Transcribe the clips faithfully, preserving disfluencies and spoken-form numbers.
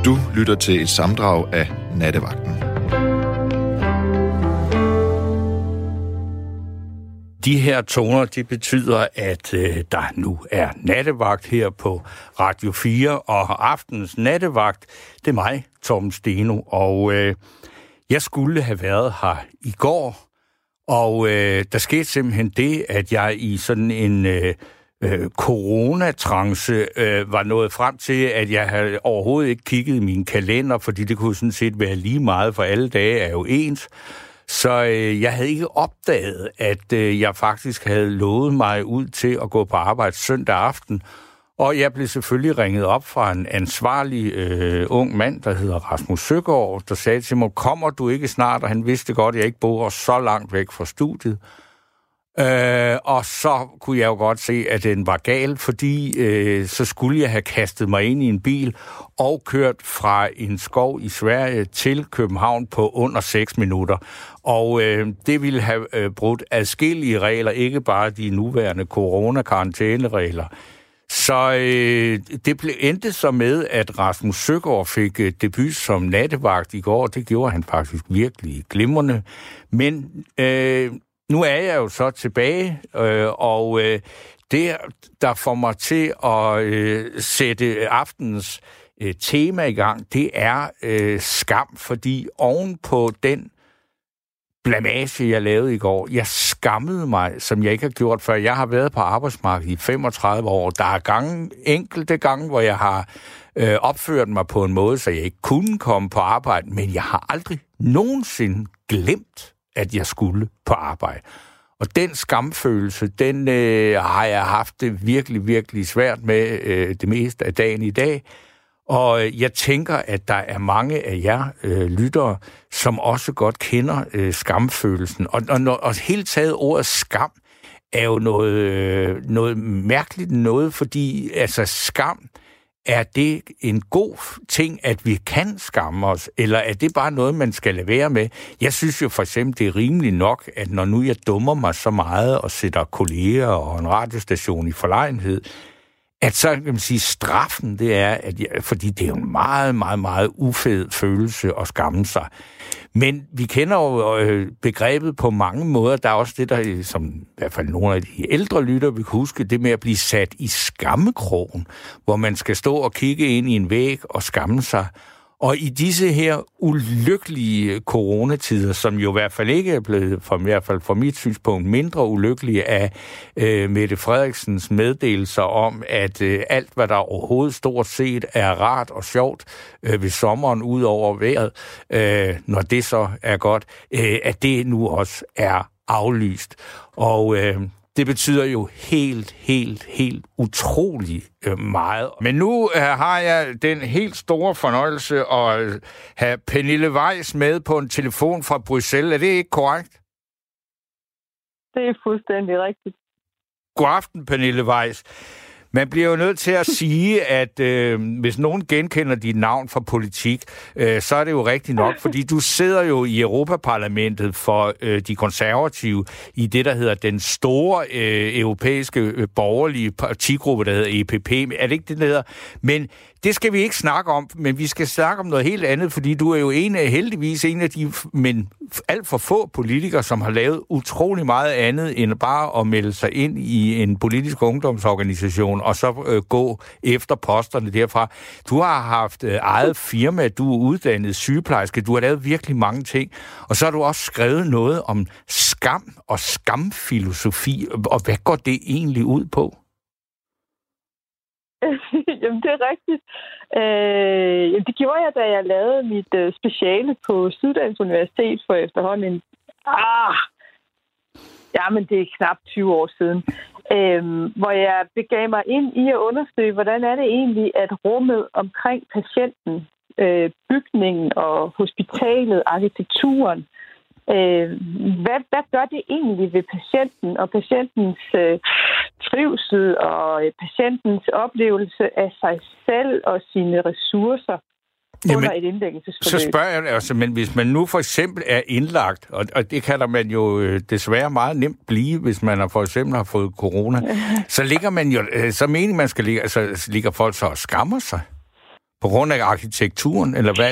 Du lytter til et sammendrag af Nattevagten. De her toner, de betyder, at øh, der nu er nattevagt her på Radio fire, og aftens nattevagt, det er mig, Torben Steno, og øh, jeg skulle have været her i går, og øh, der skete simpelthen det, at jeg i sådan en øh, øh, coronatrance øh, var nået frem til, at jeg havde overhovedet ikke kigget i min kalender, fordi det kunne sådan set være lige meget, for alle dage er jo ens. Så øh, jeg havde ikke opdaget, at øh, jeg faktisk havde lovet mig ud til at gå på arbejde søndag aften. Og jeg blev selvfølgelig ringet op fra en ansvarlig øh, ung mand, der hedder Rasmus Søgaard, der sagde til mig, kommer du ikke snart? Og han vidste godt, at jeg ikke bor så langt væk fra studiet. Øh, og så kunne jeg jo godt se, at den var gal, fordi øh, så skulle jeg have kastet mig ind i en bil og kørt fra en skov i Sverige til København på under seks minutter. Og øh, det ville have øh, brudt adskillige regler, ikke bare de nuværende corona-karantæneregler. Så øh, det blev endte så med, at Rasmus Søgaard fik øh, debut som nattevagt i går. Det gjorde han faktisk virkelig glimrende. Men øh, nu er jeg jo så tilbage, øh, og øh, det, der får mig til at øh, sætte aftens øh, tema i gang, det er øh, skam, fordi oven på den blamage, jeg lavede i går, jeg skammede mig, som jeg ikke har gjort før. Jeg har været på arbejdsmarkedet i femogtredive år. Der er gange, enkelte gange, hvor jeg har øh, opført mig på en måde, så jeg ikke kunne komme på arbejde, men jeg har aldrig nogensinde glemt, at jeg skulle på arbejde. Og den skamfølelse, den øh, har jeg haft det virkelig, virkelig svært med øh, det meste af dagen i dag. Og jeg tænker, at der er mange af jer øh, lyttere, som også godt kender øh, skamfølelsen. Og, og, og hele taget ordet skam er jo noget, øh, noget mærkeligt noget, fordi altså skam, er det en god ting, at vi kan skamme os, eller er det bare noget, man skal lade være med? Jeg synes jo for eksempel, det er rimeligt nok, at når nu jeg dummer mig så meget og sætter kolleger og en radiostation i forlegenhed, at så kan man sige, straffen det er, at jeg, fordi det er jo en meget, meget, meget ufed følelse at skamme sig. Men vi kender jo øh, begrebet på mange måder. Der er også det, der, som i hvert fald nogle af de ældre lytter vil huske, det med at blive sat i skammekrogen, hvor man skal stå og kigge ind i en væg og skamme sig. Og i disse her ulykkelige coronatider, som jo i hvert fald ikke er blevet, for, i hvert fald fra mit synspunkt, mindre ulykkelige af øh, Mette Frederiksens meddelelser om, at øh, alt, hvad der overhovedet stort set er rart og sjovt øh, ved sommeren ud over vejret, øh, når det så er godt, øh, at det nu også er aflyst. Og øh, det betyder jo helt, helt, helt utrolig øh, meget. Men nu øh, har jeg den helt store fornøjelse at have Pernille Weiss med på en telefon fra Bruxelles. Er det ikke korrekt? Det er fuldstændig rigtigt. God aften, Pernille Weiss. Man bliver jo nødt til at sige, at øh, hvis nogen genkender dit navn fra politik, øh, så er det jo rigtigt nok, fordi du sidder jo i Europaparlamentet for øh, de konservative i det, der hedder den store øh, europæiske øh, borgerlige partigruppe, der hedder E P P. Er det ikke det, der hedder? Men det skal vi ikke snakke om, men vi skal snakke om noget helt andet, fordi du er jo en af, heldigvis en af de, men alt for få politikere, som har lavet utrolig meget andet, end bare at melde sig ind i en politisk ungdomsorganisation, og så øh, gå efter posterne derfra. Du har haft øh, eget firma, du er uddannet sygeplejerske, du har lavet virkelig mange ting, og så har du også skrevet noget om skam og skamfilosofi, og hvad går det egentlig ud på? Jamen, det er rigtigt. Øh, jamen, det gjorde jeg, da jeg lavede mit øh, speciale på Syddansk Universitet for efterhånden en... Ah! Ja, men det er knap tyve år siden. Øh, hvor jeg begav mig ind i at undersøge, hvordan er det egentlig, at rummet omkring patienten, øh, bygningen og hospitalet, arkitekturen, Øh, hvad, hvad gør det egentlig ved patienten og patientens øh, trivsel og øh, patientens oplevelse af sig selv og sine ressourcer under Jamen, et indlæggelsesforløb? Så spørger jeg altså, men hvis man nu for eksempel er indlagt, og, og det kan der man jo øh, desværre meget nemt blive, hvis man har for eksempel har fået corona, så ligger man jo, øh, så mener man skal ligge, altså ligger folk så og skammer sig? På grund af arkitekturen, eller hvad?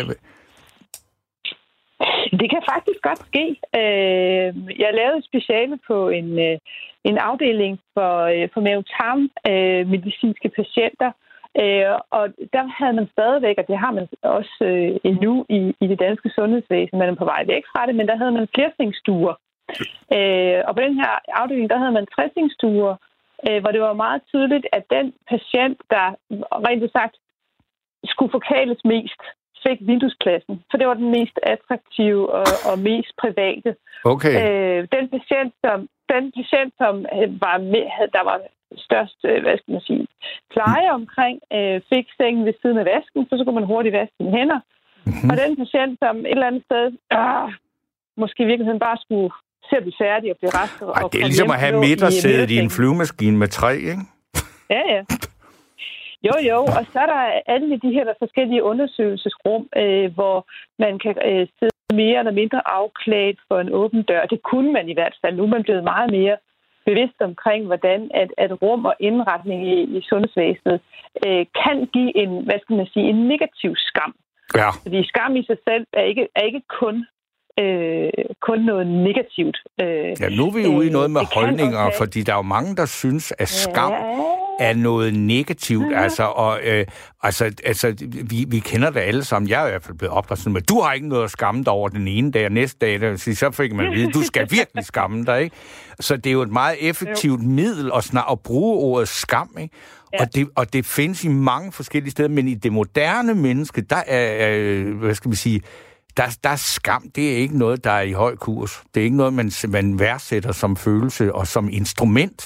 Det kan faktisk godt ske. Jeg lavede et speciale på en, en afdeling for, for mavetarm-medicinske patienter, og der havde man stadigvæk, og det har man også endnu i, i det danske sundhedsvæsen, man er på vej væk fra det, men der havde man flersingsstuer. Og på den her afdeling, der havde man tressingsstuer, hvor det var meget tydeligt, at den patient, der rent sagt skulle forkæles mest, fik vinduespladsen, for det var den mest attraktive og, og mest private. Okay. Øh, den patient, som den patient, som var med, der var størst, hvad skal man sige, pleje omkring, øh, fik sengen ved siden af vasken, så, så kunne man hurtigt vaske sine hænder. Mm-hmm. Og den patient, som et eller andet sted, øh, måske i virkeligheden bare skulle se at blive færdig og blive rask. Ej, det er ligesom at have midtersædet i, i en flyvemaskine med træ, ikke? Ja, ja. Jo, jo, og så er der alle de her forskellige undersøgelsesrum, øh, hvor man kan øh, sidde mere eller mindre afklædt for en åben dør. Det kunne man i hvert fald. Nu er man blevet meget mere bevidst omkring, hvordan at, at rum og indretning i, i sundhedsvæsenet øh, kan give en, hvad skal man sige, en negativ skam. Ja. Fordi skam i sig selv er ikke, er ikke kun Øh, kun noget negativt. Øh, ja, nu er vi jo ude i noget med holdninger, have... fordi der er jo mange, der synes, at skam ja. er noget negativt. Ja. Altså, og, øh, altså, altså vi, vi kender det alle sammen. Jeg er i hvert fald blevet opdraget med, du har ikke noget at skamme dig over den ene dag, og næste dag, der, så fik man at vide, du skal virkelig skamme dig, ikke? Så det er jo et meget effektivt jo. middel at, snak, at bruge ordet skam, ikke? Ja. Og, det, og det findes i mange forskellige steder, men i det moderne menneske, der er, øh, hvad skal vi sige, Der, der er skam, det er ikke noget, der er i høj kurs. Det er ikke noget, man, man værdsætter som følelse og som instrument.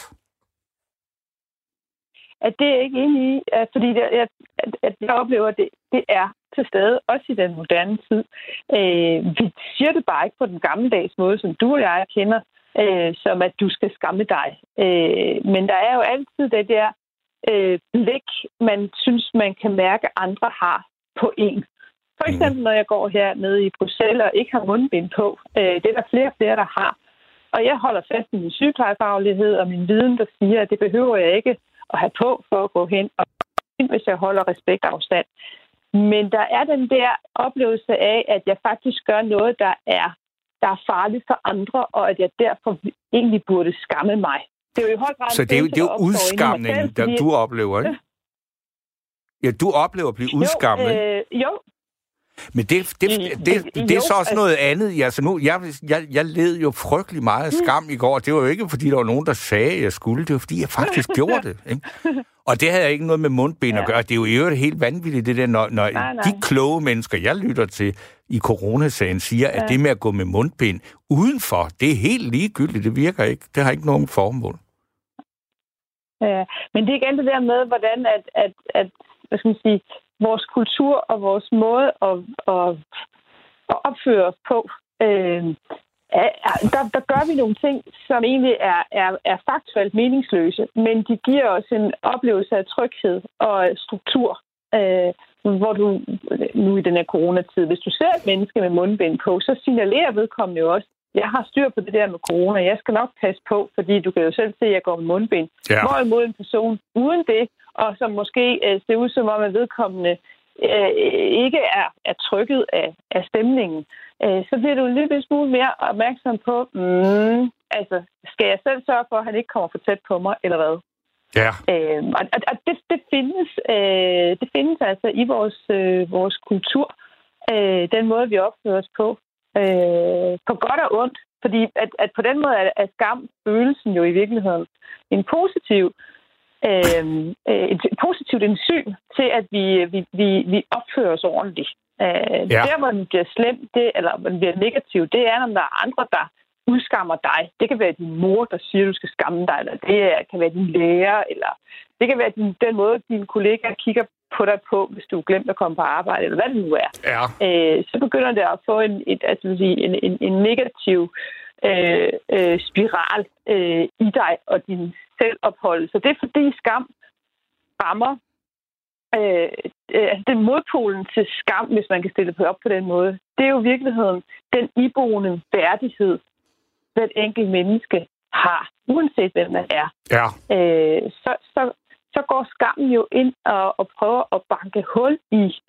At det er jeg ikke enig i, fordi det, at, at jeg oplever, at det, det er til stede, også i den moderne tid. Øh, vi siger det bare ikke på den gammeldags måde, som du og jeg kender, øh, som at du skal skamme dig. Øh, men der er jo altid det der øh, blik, man synes, man kan mærke, andre har på en. For eksempel, når jeg går her nede i Bruxelles og ikke har mundbind på. Øh, det er der flere og flere, der har. Og jeg holder fast i min sygeplejefaglighed og min viden, der siger, at det behøver jeg ikke at have på for at gå hen, og hvis jeg holder respektafstand. Men der er den der oplevelse af, at jeg faktisk gør noget, der er, der er farligt for andre, og at jeg derfor egentlig burde skamme mig. Det er jo i høj grad... Så det er jo, det er jo udskamningen, der du oplever, ikke? Ja, du oplever at blive udskammet. Jo, øh, jo. Men det, det, det, det, det, det er så også noget andet. Altså nu, jeg, jeg, jeg led jo frygtelig meget af skam i går. Det var jo ikke, fordi der var nogen, der sagde, at jeg skulle. Det var, fordi jeg faktisk gjorde det. Ikke? Og det havde ikke noget med mundbind ja. at gøre. Det er jo i øvrigt helt vanvittigt, det der, når, når nej, nej. de kloge mennesker, jeg lytter til i coronasagen, siger, ja. at det med at gå med mundbind udenfor, det er helt ligegyldigt. Det virker ikke. Det har ikke nogen formål. Ja, men det er igen det der med, hvordan at, at, at hvad skal man sige, vores kultur og vores måde at, at, at opføre os på, øh, er, der, der gør vi nogle ting, som egentlig er, er, er faktuelt meningsløse, men de giver os en oplevelse af tryghed og struktur, øh, hvor du nu i den her coronatid, hvis du ser et menneske med mundbind på, så signalerer vedkommende jo også, jeg har styr på det der med corona, jeg skal nok passe på, fordi du kan jo selv se, at jeg går med mundbind. Ja. Hvorimod en person uden det, og som måske øh, ser ud som om, at vedkommende øh, ikke er, er trykket af, af stemningen, øh, så bliver du en lille smule mere opmærksom på, mm, altså, skal jeg selv sørge for, at han ikke kommer for tæt på mig, eller hvad? Ja. Øh, og og det, det, findes, øh, det findes altså i vores, øh, vores kultur, øh, den måde, vi opfører os på, øh, på godt og ondt, fordi at, at på den måde er, er skam følelsen jo i virkeligheden en positiv Øh, et positivt indsyn til, at vi, vi, vi, vi opfører os ordentligt. Øh, ja. Der, hvor den bliver slem, det, eller hvor den bliver negativ, det er, når der er andre, der udskammer dig. Det kan være din mor, der siger, at du skal skamme dig, eller det kan være din lærer, eller det kan være din, den måde, dine kollegaer kigger på dig på, hvis du er glemt at komme på arbejde, eller hvad det nu er. Ja. Øh, så begynder det at få en, et, altså, en, en, en negativ øh, øh, spiral øh, i dig og din selvophold. Så det er fordi skam rammer øh, øh, den modpolen til skam, hvis man kan stille det op på den måde. Det er jo i virkeligheden den iboende værdighed, hvert enkelt menneske har, uanset hvem man er. Ja. Øh, så, så, så går skammen jo ind og, og prøver at banke hul i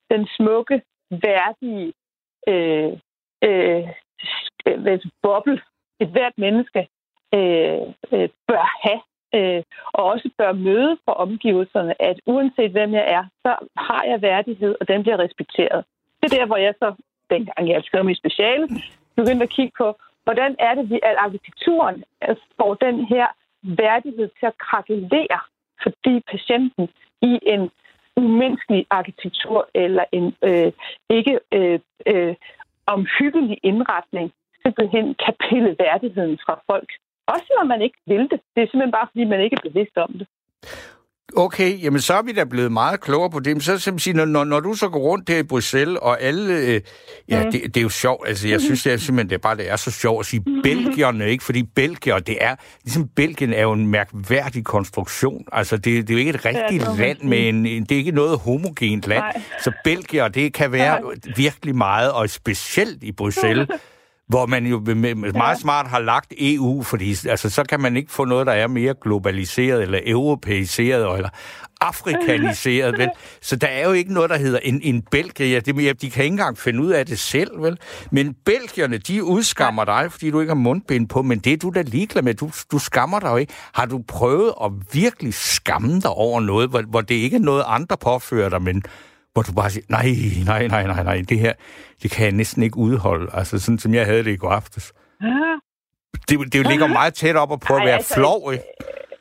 den smukke, værdige øh, øh, øh, boble, et hvert menneske øh, øh, bør have, øh, og også bør møde fra omgivelserne, at uanset hvem jeg er, så har jeg værdighed, og den bliver respekteret. Det er der, hvor jeg så, dengang jeg skrev mit speciale, begyndte at kigge på, hvordan er det, at arkitekturen får den her værdighed til at krakelere, fordi patienten i en umenneskelig arkitektur eller en øh, ikke øh, øh, omhyggelig indretning simpelthen kan pille værdigheden fra folk. Også når man ikke vil det. Det er simpelthen bare, fordi man ikke er bevidst om det. Okay, jamen så er vi da blevet meget klogere på det. Men så simpelthen, når, når du så går rundt der i Bruxelles, og alle... Øh, ja, mm. det, det er jo sjovt. Altså, jeg synes det er simpelthen, det er bare det er så sjovt at sige mm. belgierne, ikke? Fordi belgier, det er... Ligesom Belgien er jo en mærkværdig konstruktion. Altså, det, det er jo ikke et rigtigt ja, land med en, en... Det er ikke noget homogent land. Nej. Så belgier, det kan være Nej. virkelig meget, og specielt i Bruxelles... hvor man jo meget smart har lagt E U, fordi altså, så kan man ikke få noget, der er mere globaliseret, eller europæiseret, eller afrikaniseret, vel? Så der er jo ikke noget, der hedder en, en belgier. De, de kan ikke engang finde ud af det selv, vel? Men belgierne, de udskammer dig, fordi du ikke har mundbind på, men det er du da ligeglad med. Du, du skammer dig jo ikke. Har du prøvet at virkelig skamme dig over noget, hvor, hvor det ikke er noget, andre påfører dig, men hvor du bare siger, nej, nej, nej, nej, nej, det her, det kan jeg næsten ikke udholde. Altså, sådan som jeg havde det i går aftes. Det, det ligger meget tæt op og på at være altså, flov, ikke?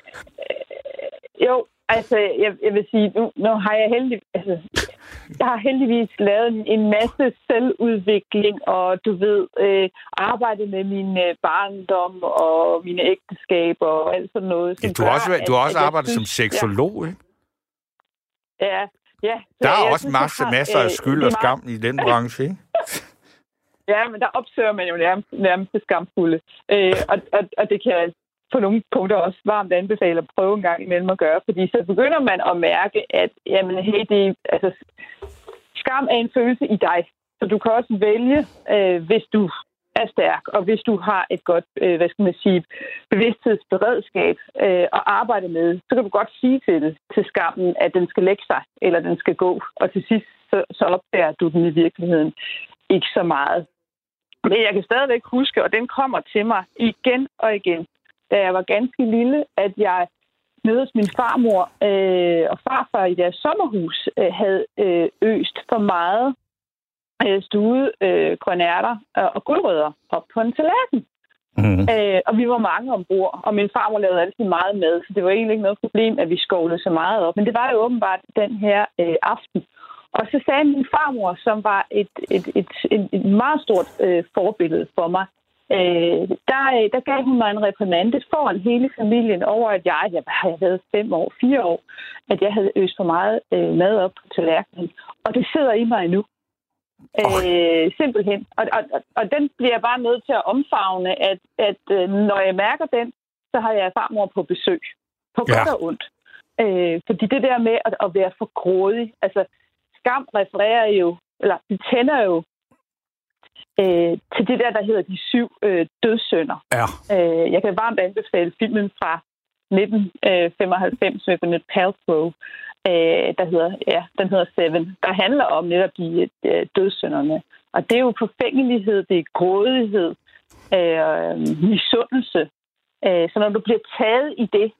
Jo, altså, jeg, jeg vil sige, nu, nu har jeg heldigvis, altså, jeg har heldigvis lavet en masse selvudvikling, og du ved, øh, arbejdet med min øh, barndom og mine ægteskaber og alt sådan noget. Ja, du har også, at, du har også arbejdet synes, som seksolog, ja. Ikke? Ja, ja. Der er også synes, masser, har, masser af skyld og skam i den branche, ikke? Ja, men der opsøger man jo nærmest, nærmest det skamfulde. Øh, og, og, og det kan jeg på nogle punkter også varmt anbefale at prøve en gang imellem at gøre, fordi så begynder man at mærke, at jamen, hey, det, altså, skam er en følelse i dig. Så du kan også vælge, øh, hvis du er stærk, og hvis du har et godt, øh, hvad skal man sige, bevidsthedsberedskab øh, at arbejde med, så kan du godt sige til det, til skammen, at den skal lægge sig, eller den skal gå. Og til sidst, så, så opdager du den i virkeligheden ikke så meget. Men jeg kan stadigvæk huske, og den kommer til mig igen og igen, da jeg var ganske lille, at jeg nede hos min farmor øh, og farfar i deres sommerhus øh, havde øh, øst for meget øh, stuede øh, grønærter øh, og guldrødder op på en tallerken. Mm. Øh, og vi var mange ombord, og min farmor lavede altid meget med, så det var egentlig ikke noget problem, at vi skovlede så meget op. Men det var jo åbenbart den her øh, aften. Og så sagde min farmor, som var et, et, et, et, et meget stort øh, forbillede for mig, øh, der, der gav hun mig en reprimande foran hele familien over, at jeg, jeg havde været fem år, fire år, at jeg havde øst for meget øh, mad op på tallerkenen. Og det sidder i mig endnu. Oh. Øh, simpelthen. Og, og, og, og den bliver jeg bare nødt til at omfavne, at, at øh, når jeg mærker den, så har jeg farmor på besøg. På godt ja. og ondt. Øh, fordi det der med at, at være for grådig, altså skam refererer jo, eller det tænder jo øh, til det der, der hedder de syv øh, dødssynder. Ja. Øh, jeg kan varmt anbefale filmen fra nitten femoghalvfems med Gwyneth Paltrow, øh, der hedder, ja, den hedder Seven, der handler om netop de øh, dødssynderne. Og det er jo forfængelighed, det er grådighed, øh, misundelse. Øh, så når du bliver taget i det,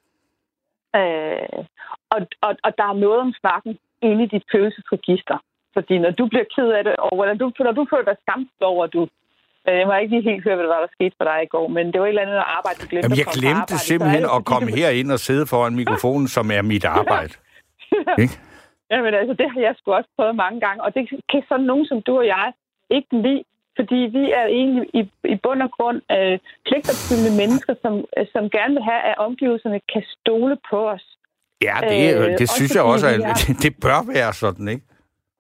øh, og, og, og der er noget om snakken, inde i dit følelsesregister. Fordi når du bliver ked af det, og når du, når du føler dig skamfuld over, at du... Jeg må ikke lige helt høre, hvad der var, der skete for dig i går, men det var et eller andet arbejde, du glemte. Jamen, jeg glemte arbejde, simpelthen at komme herind og sidde foran mikrofonen, som er mit arbejde. Ikke? Jamen altså, det har jeg sgu også prøvet mange gange, og det kan sådan nogen som du og jeg ikke lide, fordi vi er egentlig i, i bund og grund øh, pligtopfyldende mennesker, som, øh, som gerne vil have, at omgivelserne kan stole på os. Ja, det, det øh, synes jeg også, at det, det bør være sådan, ikke?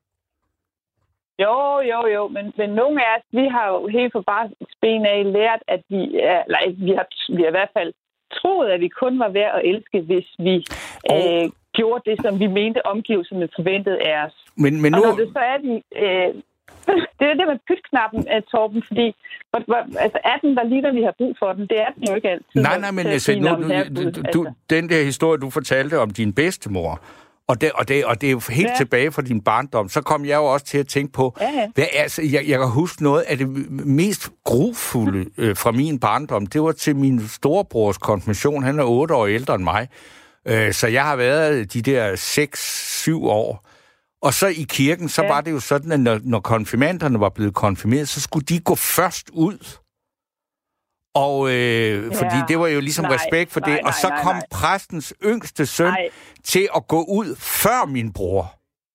Jo, jo, jo, men, men nogle af os, vi har jo helt for bare ben af lært, at vi, eller vi har, vi har i hvert fald troet, at vi kun var værd at elske, hvis vi oh. øh, gjorde det, som vi mente omgivelserne forventede af os. Men, men nu... Og når det så er de... Øh, det er det med pytknappen, Torben, fordi altså, er den der lige, når vi har brug for den? Det er den jo ikke altid. Nej, nej, men jeg siger, nu, du, du, du, den der historie, du fortalte om din bedstemor, Og det, og, det, og det er jo helt ja. tilbage fra din barndom. Så kom jeg jo også til at tænke på, ja, ja. Hvad, altså, jeg, jeg kan huske noget af det mest grufulde øh, fra min barndom. Det var til min storebrors konfirmation. Han er otte år ældre end mig. Øh, så jeg har været de der seks syv år. Og så i kirken, så ja. var det jo sådan, at når, når konfirmanderne var blevet konfirmeret, så skulle de gå først ud. Og øh, ja. fordi det var jo ligesom nej, respekt for det. Nej, nej, og så kom nej, nej. præstens yngste søn nej. til at gå ud før min bror.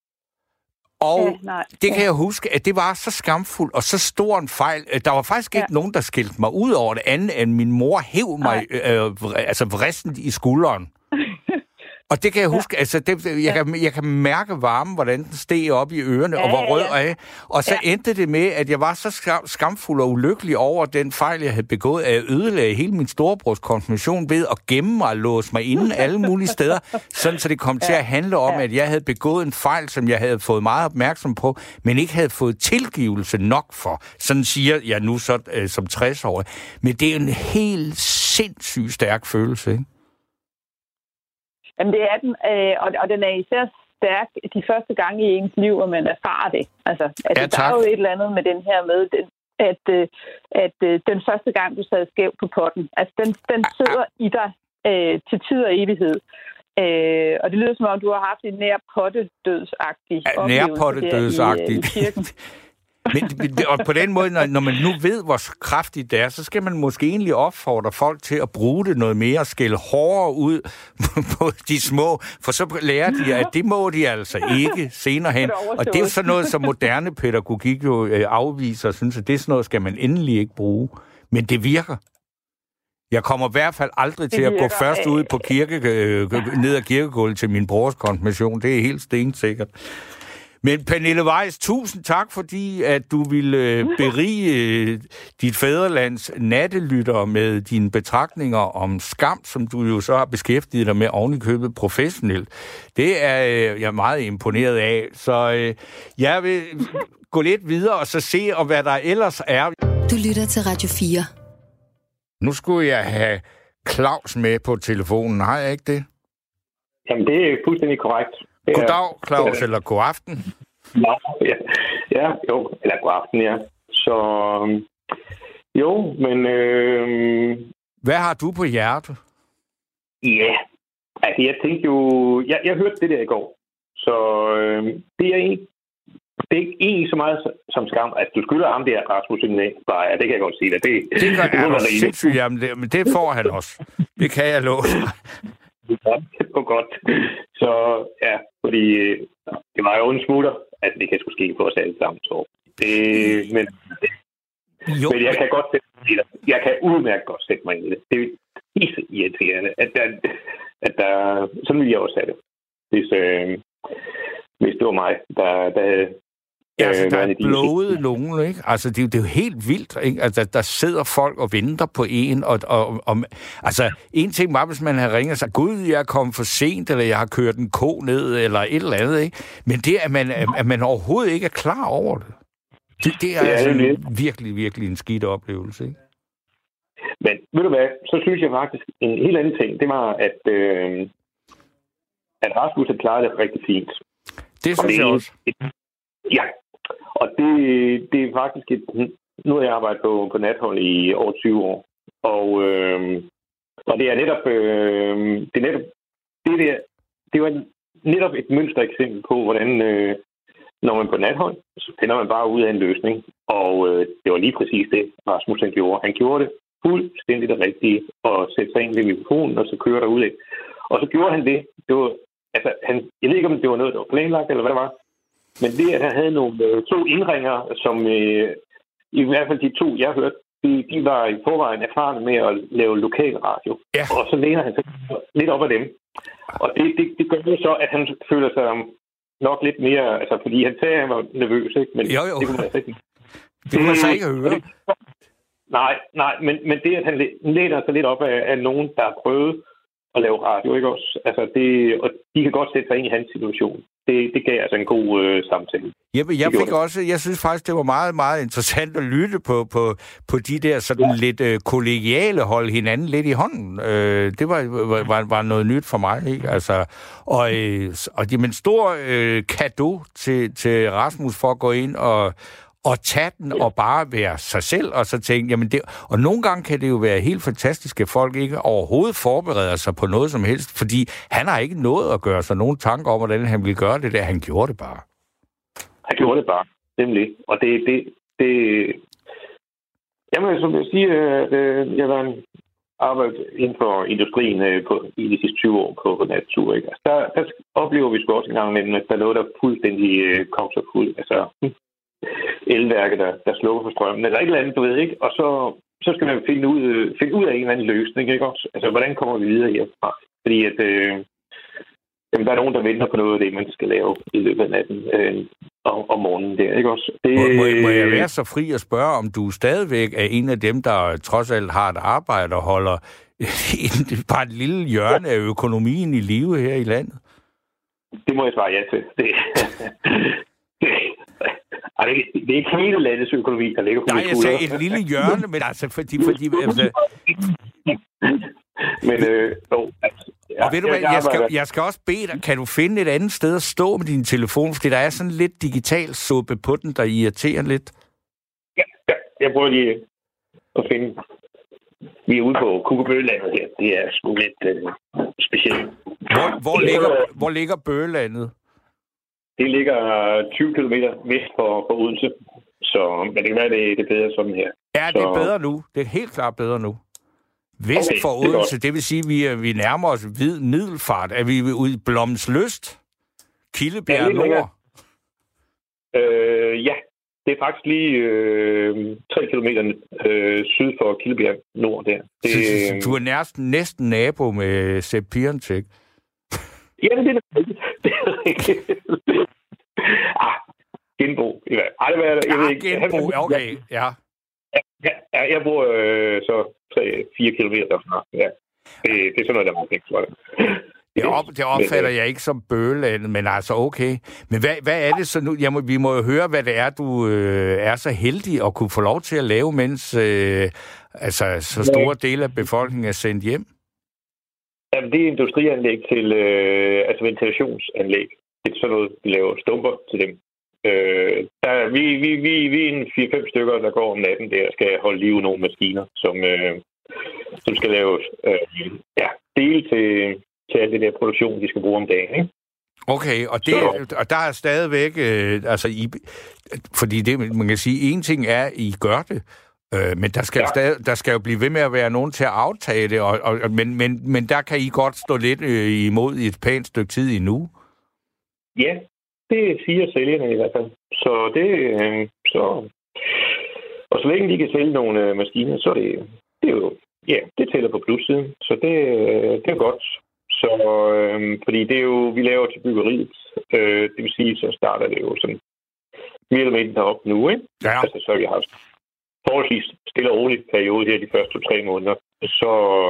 Og ja, det kan jeg huske, at det var så skamfuldt og så stor en fejl. Der var faktisk ikke ja. nogen, der skilte mig ud over det andet, end min mor hæv mig øh, altså vristen i skulderen. Og det kan jeg huske, ja. altså, det, jeg, ja. kan, jeg kan mærke varmen, hvordan den steg op i ørerne, ja, og var rød ja, ja. af. Og så ja. endte det med, at jeg var så skam, skamfuld og ulykkelig over den fejl, jeg havde begået, at jeg ødelagde hele min storebrors konfirmation ved at gemme mig og låse mig inde alle mulige steder, sådan så det kom ja. til at handle om, ja. at jeg havde begået en fejl, som jeg havde fået meget opmærksom på, men ikke havde fået tilgivelse nok for. Sådan siger jeg nu så øh, som tres-årig. Men det er en helt sindssygt stærk følelse, ikke? Jamen, det er den, øh, og, og den er især stærk de første gange i ens liv, hvor man erfarer det. Altså, at ja, der er jo et eller andet med den her med, den, at, øh, at øh, den første gang, du sad skæv på potten, altså, den, den sidder i dig øh, til tid og evighed. Øh, og det lyder som om, du har haft en nær pottedødsagtig ja, oplevelse der i, i kirken. Men, og på den måde, når, når man nu ved, hvor kraftigt det er, så skal man måske egentlig opfordre folk til at bruge det noget mere, skælde hårdere ud på de små, for så lærer de, at det må de altså ikke senere hen. Og det er jo sådan noget, som moderne pædagogik jo afviser og synes, at det er sådan noget, skal man endelig ikke bruge. Men det virker. Jeg kommer i hvert fald aldrig til at gå først ud på kirke, ned ad kirkegulvet til min brors konfirmation. Det er helt stensikkert. Men Pernille Weiss, tusind tak, fordi at du ville berige dit fædrelands nattelytter med dine betragtninger om skam, som du jo så har beskæftiget dig med ovenikøbet professionelt. Det er jeg meget imponeret af. Så jeg vil gå lidt videre og så se, og hvad der ellers er. Du lytter til Radio fire. Nu skulle jeg have Claus med på telefonen. Har jeg ikke det? Jamen, det er fuldstændig korrekt. Goddag, Claus, eller god aften. Ja, ja, jo, eller god aften, ja. Så, jo, men... Øh... Hvad har du på hjertet? Ja, altså jeg tænkte jo... Jeg, jeg hørte det der i går, så øh, det er ikke det er ikke egentlig så meget som skam. Altså, du skylder ham der, Rasmus, bare, ja, det kan jeg godt sige. Det, det, det gør det, han sindssygt, jamen, det, men det får han også. Det kan jeg love. Det var godt. Så ja, fordi det var jo en smutter, at det kan sgu ske på os alle sammen. Så det, men, jo. men jeg kan godt sætte mig i det. Jeg kan udmærket godt sætte mig i det. Det er pisse irriterende, at der, at der, sådan ville jeg også have det. Hvis, øh, hvis det var mig, der, der Ja, altså, der er blået nogen, ikke? Altså, det er, det er jo helt vildt, ikke? Altså, der, der sidder folk og venter på en, og, og, og altså, en ting var, hvis man havde ringet og sagt, gud, jeg er kommet for sent, eller jeg har kørt en ko ned, eller et eller andet, ikke? Men det, at man, at man overhovedet ikke er klar over det, det, det er ja, altså det. virkelig, virkelig en skidt oplevelse, ikke? Men ved du hvad, så synes jeg faktisk, en helt anden ting, det var, at, øh, at Rasmus har klaret det rigtig fint. Det synes det, jeg også. Et, ja. Og det, det er faktisk et... Nu har jeg arbejdet på, på nathold i over tyve år. Og, øh, og det er netop... Øh, det er netop... Det, der, det var netop et mønstereksempel på, hvordan... Øh, når man er på nathold, så finder man bare ud af en løsning. Og øh, det var lige præcis det, Rasmus han gjorde. Han gjorde det fuldstændig det rigtige. Og sætte sig ind ved mikrofonen, og så kører der ud af. Og så gjorde han det. Det var... Altså, han, jeg ved ikke, om det var noget, der var planlagt, eller hvad det var. Men det, at han havde nogle øh, to indringer, som øh, i hvert fald de to, jeg hørte, de, de var i forvejen erfarne med at lave lokal radio. Ja. Og så læner han sig lidt op af dem. Og det, det, det gør jo så, at han føler sig nok lidt mere... Altså, fordi han sagde, at han var nervøs, ikke? Men jo, jo. det kunne man altså ikke. Det kunne man så ikke høre. Nej, nej, men, men det, at han læner sig lidt op af, af nogen, der har prøvet at lave radio, ikke også? Altså, det, og de kan godt sætte sig ind i hans situation. det, det gav altså en god øh, samtale. Jeg, jeg fik også, jeg synes faktisk, det var meget, meget interessant at lytte på, på, på de der sådan ja. lidt øh, kollegiale hold hinanden lidt i hånden. Øh, det var, var, var noget nyt for mig, ikke? Altså, og, øh, og det er en stor øh, cadeau til, til Rasmus for at gå ind og og tage den og bare være sig selv, og så tænke, jamen det... Og nogle gange kan det jo være helt fantastisk, at folk ikke overhovedet forbereder sig på noget som helst, fordi han har ikke nået at gøre sig nogen tanker om, hvordan han ville gøre det der. Han gjorde det bare. Han gjorde det bare, nemlig. Og det... det, det jamen, som jeg siger, at øh, jeg var en arbejde inden for industrien øh, på, i de sidste tyve år på, på natur, ikke? Altså, der, der oplever vi sgu også en gang imellem, at der er noget, der fuldstændig øh, kom så fuld. Altså... elværket, der, der slukker for strømmen, eller et eller andet, du ved, ikke? Og så, så skal man finde ud, finde ud af en eller anden løsning, ikke også? Altså, hvordan kommer vi videre herfra? Fordi at, øh, jamen, der er nogen, der venter på noget af det, man skal lave i løbet af natten øh, om, om morgenen der, ikke også? Det, må, må, må jeg være så fri at spørge, om du stadigvæk er en af dem, der trods alt har et arbejde og holder bare et lille hjørne af økonomien i live her i landet? Det må jeg svare ja til. Det, det, Ej, det, det er ikke hele landets økonomi, der ligger på Nej, min jeg sagde et lille hjørne, men altså, fordi... fordi altså... men, øh, jo, altså... Ja, og ved du hvad, jeg skal, jeg skal også bede dig, kan du finde et andet sted at stå med din telefon, fordi der er sådan lidt digital suppe på den, der irriterer lidt. Ja, ja, jeg prøver lige at finde... Vi er ude på Kukkebøgelandet her. Det er sgu lidt øh, specielt. Hvor, hvor, ligger, hvor ligger Bøgelandet? Det ligger tyve kilometer vest for, for Odense, så men det kan være, det, det er bedre sådan her. Ja, det er så... bedre nu. Det er helt klart bedre nu. Vest okay, for Odense, det, det vil sige, at vi, er, vi nærmer os vid middelfart. Er vi ude i Blommenslyst? Kildebjerg ja, Nord? Øh, ja, det er faktisk lige øh, tre kilometer øh, syd for Kildebjerg Nord der. Det, så, så, du er næsten, næsten nabo med Sepp Pierentek. Ja, det er det. Det er rigtigt. ah, genbrug. Ej, det var, jeg ja, ved ikke. genbrug, okay, ja. Ja, ja jeg bor øh, så tre fire kilometer derfra. Ja. Det, det er sådan noget, der er ikke, tror jeg. Det, op, det opfatter jeg ikke som Bøgelandet, men altså okay. Men hvad, hvad er det så nu? Jeg må, vi må jo høre, hvad det er, du øh, er så heldig at kunne få lov til at lave, mens øh, altså, så store dele af befolkningen er sendt hjem. Jamen, det er industrianlæg til, øh, altså ventilationsanlæg. Det er sådan noget, vi laver stumper til dem. Øh, der, vi, vi, vi, vi er en fire fem stykker, der går om natten der, skal holde liv i nogle maskiner, som, øh, som skal lave øh, ja, dele til, til al det der produktion, de skal bruge om dagen, ikke? Okay, og, det, og der er stadigvæk, øh, altså, I, fordi det, man kan sige, en ting er, I gør det, øh, men der skal, ja. stadig, der skal jo blive ved med at være nogen til at aftage det, og, og, men, men, men der kan I godt stå lidt øh, imod i et pænt stykke tid endnu. Ja, det siger sælgerne i hvert fald. Så det, øh, så, og så længe de kan sælge nogle øh, maskiner, så er det, det er jo, ja, det tæller på plussiden, så det, øh, det er godt. Så, øh, fordi det er jo, vi laver til byggeriet, øh, det vil sige, så starter det jo sådan mere eller mindre op nu, ikke? Ja. Altså, så har vi haft forholdsvis stille og roligt periode her de første to-tre måneder. Så...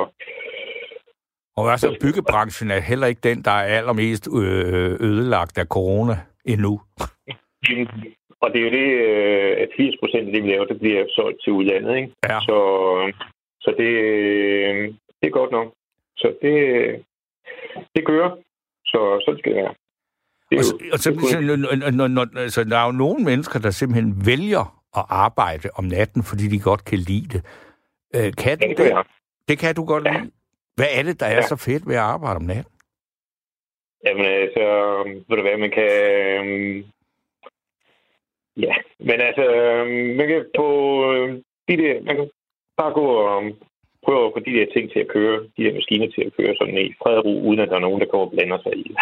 Og altså, byggebranchen er heller ikke den, der er allermest ødelagt af corona endnu. Og det er jo det, at firs procent af det, vi laver, det bliver solgt til udlandet, ikke? Ja. Så, så det, det er godt nok. Så det, det kører. Så sådan skal det være. Det og så, jo, og så, så, når, når, altså, der er jo nogle mennesker, der simpelthen vælger at arbejde om natten, fordi de godt kan lide det. Øh, kan det, det? Det kan du godt ja. lide. Hvad er det, der er ja. så fedt ved at arbejde om natten? Jamen altså, ved du hvad, man kan... Um, ja, men altså, man kan få de der... Man kan bare gå og prøve at få de der ting til at køre, de der maskiner til at køre sådan i fred og ro, uden at der er nogen, der går og blander sig i.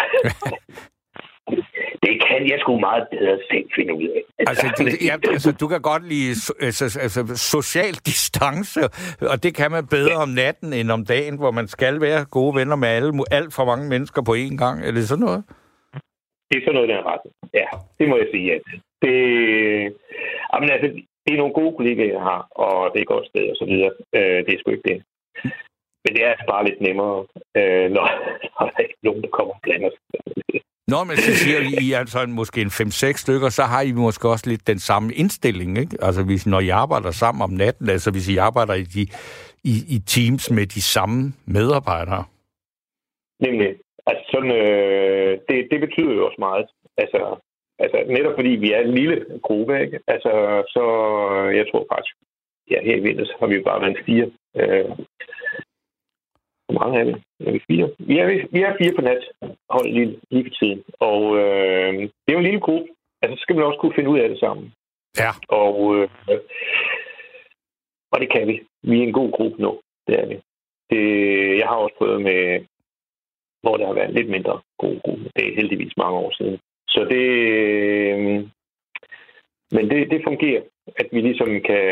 Det kan jeg sgu meget bedre selv finde ud af. Altså, du, ja, altså, du kan godt lide altså, altså, social distance, og det kan man bedre om natten end om dagen, hvor man skal være gode venner med alle, alt for mange mennesker på én gang. Er det sådan noget? Det er sådan noget, der er ret. Ja, det må jeg sige, at det, jamen, altså, det er nogle gode kollegaer, jeg har, og det er et godt sted og så videre. Øh, det er sgu ikke det. Men det er altså bare lidt nemmere, øh, når, når der er ikke nogen, der kommer og blander sig. Nå, men så siger I, I er altså måske en fem seks stykker, så har I måske også lidt den samme indstilling, ikke? Altså, hvis, når I arbejder sammen om natten, altså hvis I arbejder i, de, i, i teams med de samme medarbejdere. Nemlig. Altså, sådan, øh, det, det betyder jo også meget. Altså, altså, netop fordi vi er en lille gruppe, ikke? Altså, så jeg tror faktisk, ja, her i vinter, så har vi jo bare været fire. Øh, hvor mange er vi? Er vi fire? Vi er, vi er fire på nat, hold lige, lige for tiden. Og øh, det er jo en lille gruppe. Altså, så skal man også kunne finde ud af det sammen. Ja. Og, øh, og det kan vi. Vi er en god gruppe nu. Det er vi. Det, jeg har også prøvet med, hvor der har været en lidt mindre god gruppe. Det er heldigvis mange år siden. Så det... Øh, men det, det fungerer, at vi ligesom kan...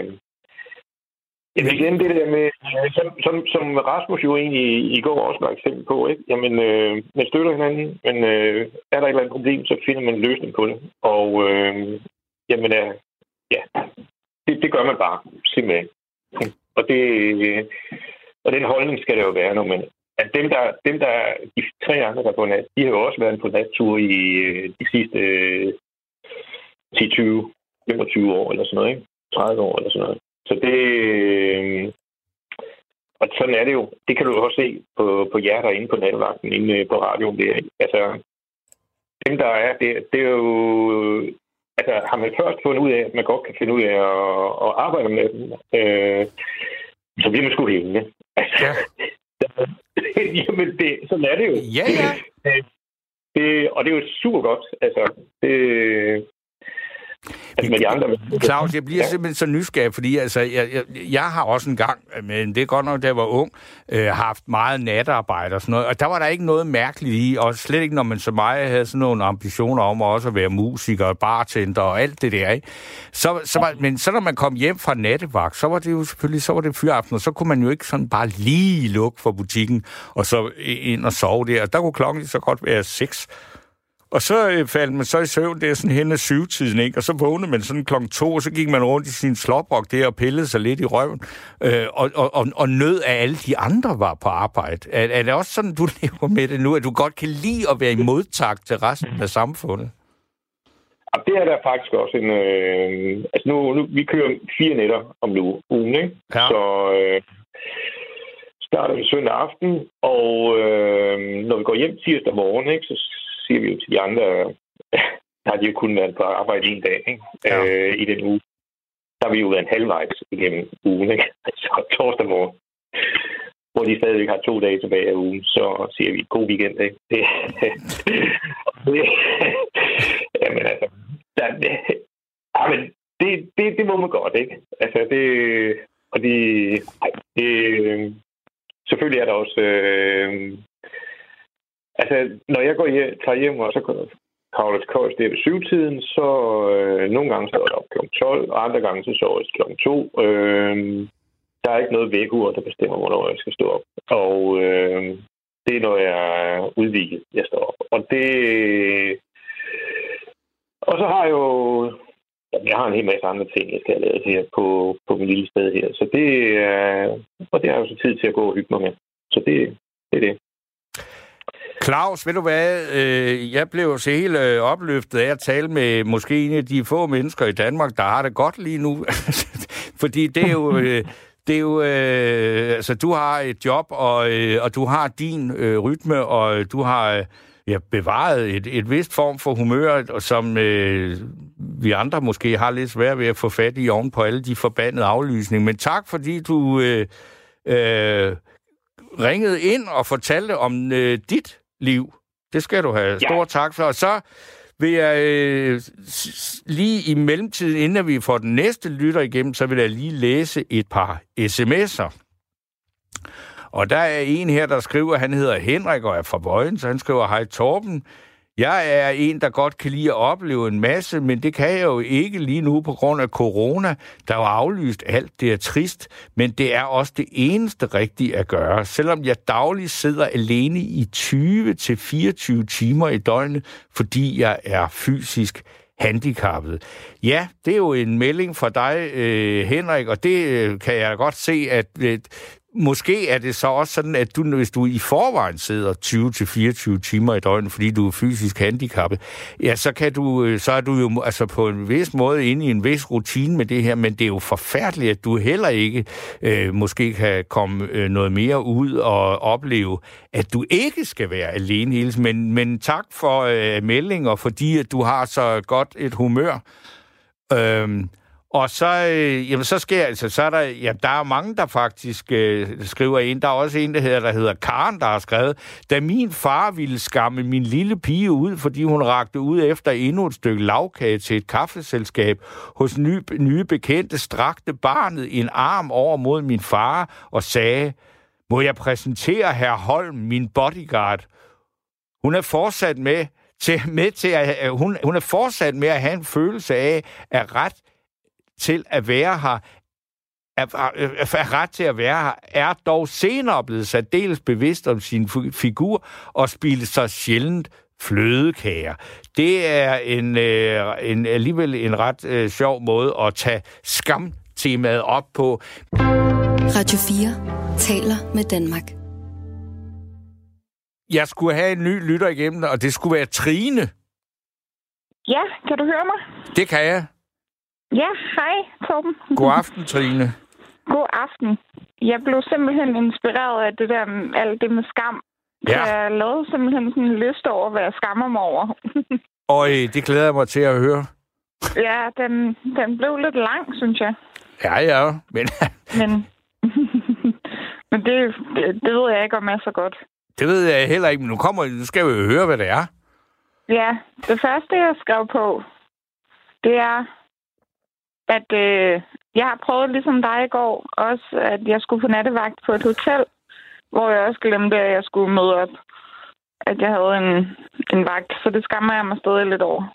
Jamen igen, det der med, som, som, som Rasmus jo egentlig i går også var et eksempel på, ikke? Jamen, øh, man støtter hinanden, men øh, er der et eller andet problem, så finder man en løsning på det. Og øh, jamen, øh, ja, det, det gør man bare, simpelthen. Og, det, og den holdning skal det jo være nu, men at dem, der, dem, der de tre andre, der er på nat, de har jo også været på nattur i de sidste øh, ti, tyve, femogtyve år eller sådan noget, ikke? tredive år eller sådan noget. Så det... Øh, og sådan er det jo. Det kan du også se på, på jer derinde på nattevagten, inde på radioen der. Altså, dem der er, det, det er jo... Altså, har man først fundet ud af, at man godt kan finde ud af at, at arbejde med dem, øh, så bliver man sgu hængende. Altså, ja. Jamen, det, sådan er det jo. Ja, ja. Det, det, og det er jo super godt. Altså, det... Altså med de andre. Claus, jeg bliver ja. simpelthen så nysgerrig, fordi altså, jeg, jeg, jeg har også en gang, men det er godt nok, da jeg var ung, øh, haft meget natarbejde og sådan noget, og der var der ikke noget mærkeligt i, og slet ikke, når man som mig havde sådan nogle ambitioner om at også at være musiker og bartender og alt det der, ikke? Så, så var, men så når man kom hjem fra nattevagt, så var det jo selvfølgelig, så var det fyraften, og så kunne man jo ikke sådan bare lige lukke for butikken, og så ind og sove der, og der kunne klokken så godt være seks. Og så øh, faldt man så i søvn der sådan hen ad syvtiden, ikke? Og så vågnede man sådan klokken to, og så gik man rundt i sin slåbrok der og pillede sig lidt i røven, øh, og, og, og, og nød, at alle de andre var på arbejde. Er, er det også sådan, du lever med det nu, at du godt kan lide at være i modtakt til resten af samfundet? Ja, det er der faktisk også en... Øh, altså nu, nu, vi kører fire nætter om ugen, ikke? Ja. Så øh, starter vi søndag aften, og øh, når vi går hjem tirsdag morgen, ikke, så siger vi jo til de andre, der har de jo kun været på arbejde en dag, ikke? Ja. Øh, i den uge. Der har vi jo været en halvvejs igennem ugen, ikke? Så torsdag morgen, hvor de stadigvæk har to dage tilbage af ugen, så siger vi god weekend, ikke? Det, det, jamen altså, der, det, jamen, det, det, det må man godt, ikke? Altså, det, og det, det, selvfølgelig er der også, øh, altså, når jeg går hjem, tager hjem, og så kravler til kolds der ved syvtiden, så øh, nogle gange står jeg op klokken tolv, og andre gange så sover jeg klokken to. Øh, der er ikke noget vækkeur, der bestemmer, hvornår jeg skal stå op. Og øh, det er, når jeg er udviklet, jeg står op. Og det... Og så har jeg jo... Jamen, jeg har en hel masse andre ting, jeg skal have lavet her på, på min lille sted her. Så det er... Og det har jeg jo så tid til at gå og hygge mig med. Så det, det er det. Claus, ved du hvad, øh, jeg blev så helt øh, opløftet af at tale med måske en af de få mennesker i Danmark, der har det godt lige nu. Fordi det er jo, øh, det er jo øh, altså du har et job, og, øh, og du har din øh, rytme, og du har øh, ja, bevaret et, et vist form for humør, som øh, vi andre måske har lidt svært ved at få fat i oven på alle de forbandede aflysninger. Men tak, fordi du øh, øh, ringede ind og fortalte om øh, dit liv. Det skal du have. Stor ja. tak for. Og så vil jeg øh, lige i mellemtiden, inden vi får den næste lytter igennem, så vil jeg lige læse et par sms'er. Og der er en her, der skriver, han hedder Henrik og er fra Vojens, så han skriver, hej Torben. Jeg er en, der godt kan lide at opleve en masse, men det kan jeg jo ikke lige nu på grund af corona. Der er jo aflyst alt, det er trist, men det er også det eneste rigtige at gøre. Selvom jeg dagligt sidder alene i tyve til fireogtyve timer i døgnet, fordi jeg er fysisk handicappet. Ja, det er jo en melding fra dig, øh, Henrik, og det øh, kan jeg godt se, at øh, måske er det så også sådan, at du, hvis du i forvejen sidder tyve til fireogtyve timer i døgnet, fordi du er fysisk handicappet, ja, så kan du, så er du jo altså på en vis måde inde i en vis rutine med det her, men det er jo forfærdeligt, at du heller ikke øh, måske kan komme øh, noget mere ud og opleve, at du ikke skal være alene hele tiden. Men, men tak for øh, meldinger, fordi at du har så godt et humør. Øhm, Og så, øh, jamen, så sker altså, så er der, ja, der er mange, der faktisk øh, skriver ind. Der er også en, der hedder, der hedder Karen, der har skrevet, da min far ville skamme min lille pige ud, fordi hun rakte ud efter endnu et stykke lavkage til et kaffeselskab hos nye, nye bekendte, strakte barnet en arm over mod min far og sagde, må jeg præsentere herr Holm, min bodyguard? Hun er fortsat med til, med til at, hun, hun er fortsat med at have en følelse af, at ret til at være her, er, er ret til at være her, er dog senere blevet særdeles bevidst om sin figur og spille sig sjældent flødekager. Det er en, øh, en, alligevel en ret øh, sjov måde at tage skamtemaet op på. Radio fire taler med Danmark. Jeg skulle have en ny lytter igennem, og det skulle være Trine. Ja, kan du høre mig? Det kan jeg. Ja, hej Torben. God aften, Trine. God aften. Jeg blev simpelthen inspireret af det der, alt det med skam. Ja. Jeg lavede simpelthen sådan en liste over, hvad jeg skammer mig over. Og det glæder jeg mig til at høre. Ja, den, den blev lidt lang, synes jeg. Ja, ja, men... men men det, det, det ved jeg ikke, om er så godt. Det ved jeg heller ikke, men nu, kommer, nu skal vi jo høre, hvad det er. Ja, det første, jeg skrev på, det er, at øh, jeg har prøvet ligesom dig i går, også at jeg skulle på nattevagt på et hotel, hvor jeg også glemte, at jeg skulle møde op, at jeg havde en, en vagt, så det skammer jeg mig stadig lidt over.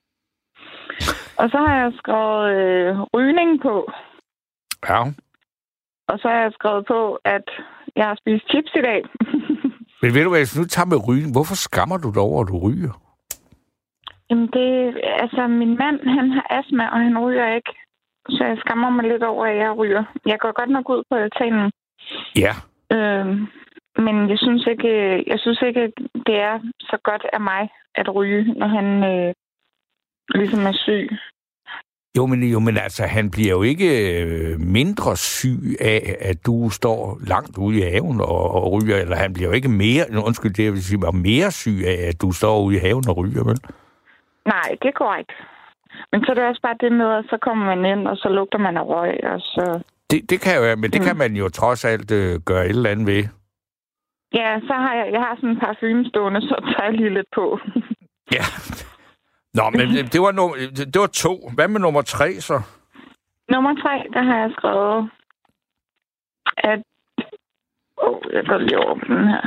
Og så har jeg skrevet øh, rygning på. Ja. Og så har jeg skrevet på, at jeg har spist chips i dag. Men ved du hvad, hvis nu tager med rygning, hvorfor skammer du dig over, at du ryger? Jamen det, altså min mand, han har astma, og han ryger ikke. Så jeg skammer mig lidt over, at jeg ryger. Jeg går godt nok ud på altanen. Ja. Øh, men jeg synes ikke, jeg synes ikke, det er så godt af mig at ryge, når han øh, ligesom er syg. Jo men, jo, men altså, han bliver jo ikke øh, mindre syg af, at du står langt ude i haven og, og ryger, eller han bliver jo ikke mere, undskyld det, jeg vil sige, mere syg af, at du står ude i haven og ryger, vel? Nej, det er korrekt. Men så er det også bare det med, at så kommer man ind, og så lugter man af røg, og så... Det, det kan jo være, men det mm. kan man jo trods alt øh, gøre et eller andet ved. Ja, så har jeg, jeg har sådan en parfume stående, så tager jeg lige lidt på. Ja. Nå, men det var, no, det var to. Hvad med nummer tre, så? Nummer tre, der har jeg skrevet, at... Åh, oh, jeg går lige over den her.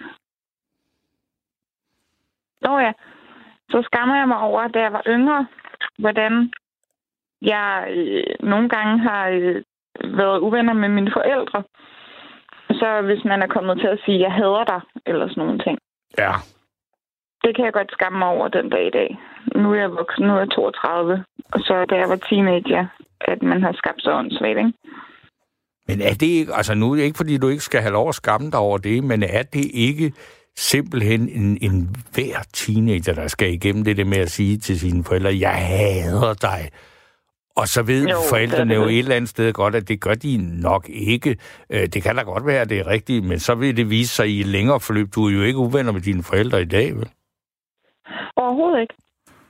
Åh oh, ja, så skammer jeg mig over, da jeg var yngre, hvordan jeg øh, nogle gange har øh, været uvenner med mine forældre. Så hvis man er kommet til at sige, jeg hader dig, eller sådan nogle ting. Ja. Det kan jeg godt skamme mig over den dag i dag. Nu er jeg voksen, nu er jeg toogtredive. Og så da jeg var teenager, at man har skabt sig åndssvagt, ikke? Men er det ikke, altså nu er det ikke, fordi du ikke skal have lov at skamme dig over det, men er det ikke simpelthen en, en hver teenager, der skal igennem det, det med at sige til sine forældre, jeg hader dig. Og så ved jo, forældrene jo et eller andet sted godt, at det gør de nok ikke. Det kan da godt være, at det er rigtigt, men så vil det vise sig i et længere forløb. Du er jo ikke uvenner med dine forældre i dag, vel? Overhovedet ikke.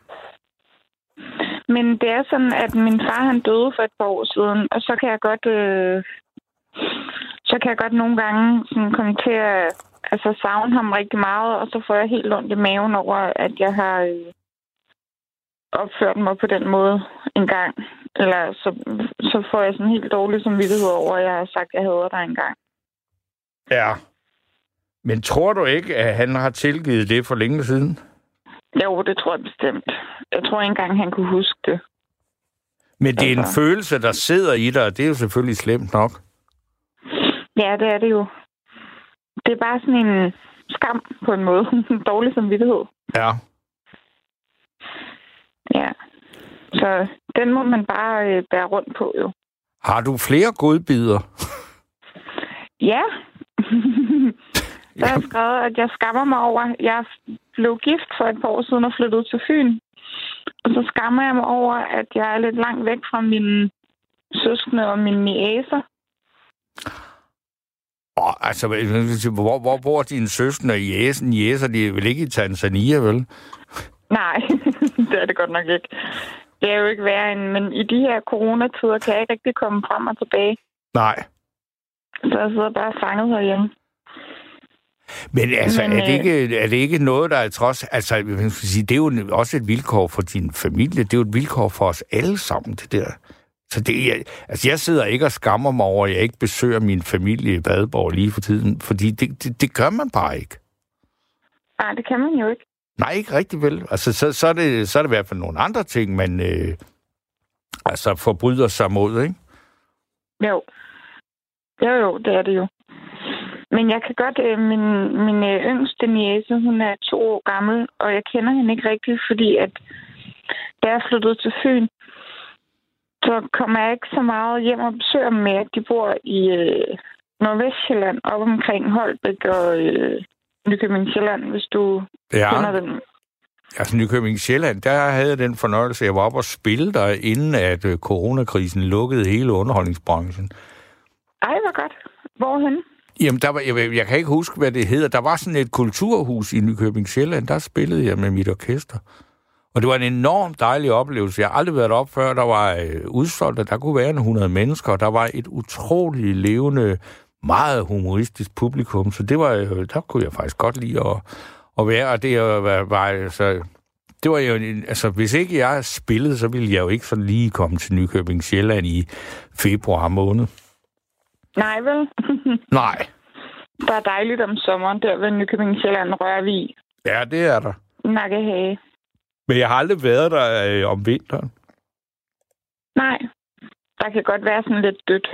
Men det er sådan, at min far han døde for et par år siden, og så kan jeg godt, øh, så kan jeg godt nogle gange sådan komme til at altså, savne ham rigtig meget, og så får jeg helt ondt i maven over, at jeg har øh, opført mig på den måde en gang. Eller så, så får jeg sådan helt dårlig samvittighed over, at jeg har sagt, at jeg hader dig en gang. Ja. Men tror du ikke, at han har tilgivet det for længe siden? Jo, det tror jeg bestemt. Jeg tror ikke engang, han kunne huske det. Men det er altså. En følelse, der sidder i dig, og det er jo selvfølgelig slemt nok. Ja, det er det jo. Det er bare sådan en skam på en måde. En dårlig samvittighed. Ja. Ja. Så den må man bare øh, bære rundt på, jo. Har du flere godbidder? Ja. Der har jeg skrevet, at jeg skammer mig over, jeg blev gift for et par år siden og flyttede til Fyn. Og så skammer jeg mig over, at jeg er lidt langt væk fra mine søskende og mine niæser. Oh, altså, hvor, hvor bor dine søskende og jæsen? Jæser, de er vel ikke i Tanzania, vel? Nej, det er det godt nok ikke. Det er jo ikke værre end, men i de her coronatider kan jeg ikke rigtig komme frem og tilbage. Nej. Så jeg sidder bare fanget herhjemme. Men altså, Men, er, det ikke, er det ikke noget, der er trods... Altså, det er jo også et vilkår for din familie. Det er jo et vilkår for os alle sammen, det der. Så det, jeg, altså, jeg sidder ikke og skammer mig over, at jeg ikke besøger min familie i Padborg lige for tiden. Fordi det, det, det gør man bare ikke. Nej, det kan man jo ikke. Nej, ikke rigtig vel. Altså, så, så, er, det, så er det i hvert fald nogle andre ting, man øh, altså, forbryder sig mod, ikke? Jo. Jo, jo, det er det jo. Men jeg kan godt... Øh, min min øh, yngste niece, hun er to år gammel, og jeg kender hende ikke rigtigt, fordi at da jeg flyttede til Fyn, så kommer jeg ikke så meget hjem og besøger dem med, at de bor i øh, Nordvestjylland, op omkring Holbæk og øh, Nykøbing Sjælland, hvis du ja. kender den. Altså Nykøbing Sjælland, der havde jeg den fornøjelse, jeg var oppe og spille der, inden at øh, coronakrisen lukkede hele underholdningsbranchen. Ej, hvor godt. Hvorhenne? Jamen, der var, jeg, jeg kan ikke huske, hvad det hedder. Der var sådan et kulturhus i Nykøbing Sjælland, der spillede jeg med mit orkester. Og det var en enormt dejlig oplevelse. Jeg har aldrig været op før. Der var øh, udsolgt, og der kunne være hundrede mennesker, og der var et utroligt levende, meget humoristisk publikum. Så det var jo, der kunne jeg faktisk godt lide at, at være. Og det var, var altså, det var jo, altså, hvis ikke jeg spillede, så ville jeg jo ikke sådan lige komme til Nykøbing Sjælland i februar måned. Nej, vel? Nej. Der er dejligt om sommeren, der ved Nykøbing Sjælland, Rørvig. Ja, det er der. Nakkehage. Men jeg har aldrig været der øh, om vinteren. Nej. Der kan godt være sådan lidt dødt.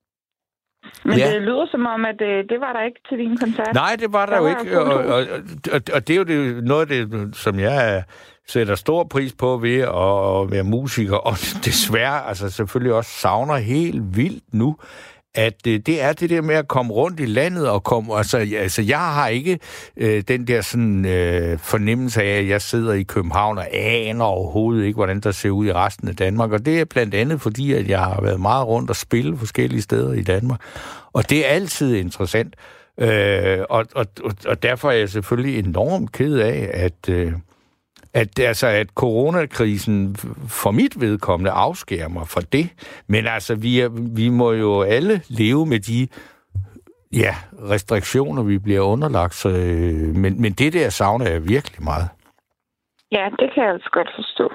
Men ja. Det lyder som om, at øh, det var der ikke til din koncert. Nej, det var der, der jo var ikke. Og, og, og, og det er jo det, noget af det, som jeg sætter stor pris på ved at, at være musiker. Og desværre, altså selvfølgelig også savner helt vildt nu, at øh, det er det der med at komme rundt i landet og komme... Altså, altså jeg har ikke øh, den der sådan øh, fornemmelse af, at jeg sidder i København og aner overhovedet ikke, hvordan der ser ud i resten af Danmark. Og det er blandt andet fordi, at jeg har været meget rundt og spille forskellige steder i Danmark. Og det er altid interessant. Øh, og, og, og derfor er jeg selvfølgelig enormt ked af, at... Øh, At, altså, at coronakrisen for mit vedkommende afskærer mig fra det. Men altså, vi, er, vi må jo alle leve med de ja, restriktioner, vi bliver underlagt. Så, øh, men, men det der savner jeg virkelig meget. Ja, det kan jeg altså godt forstå.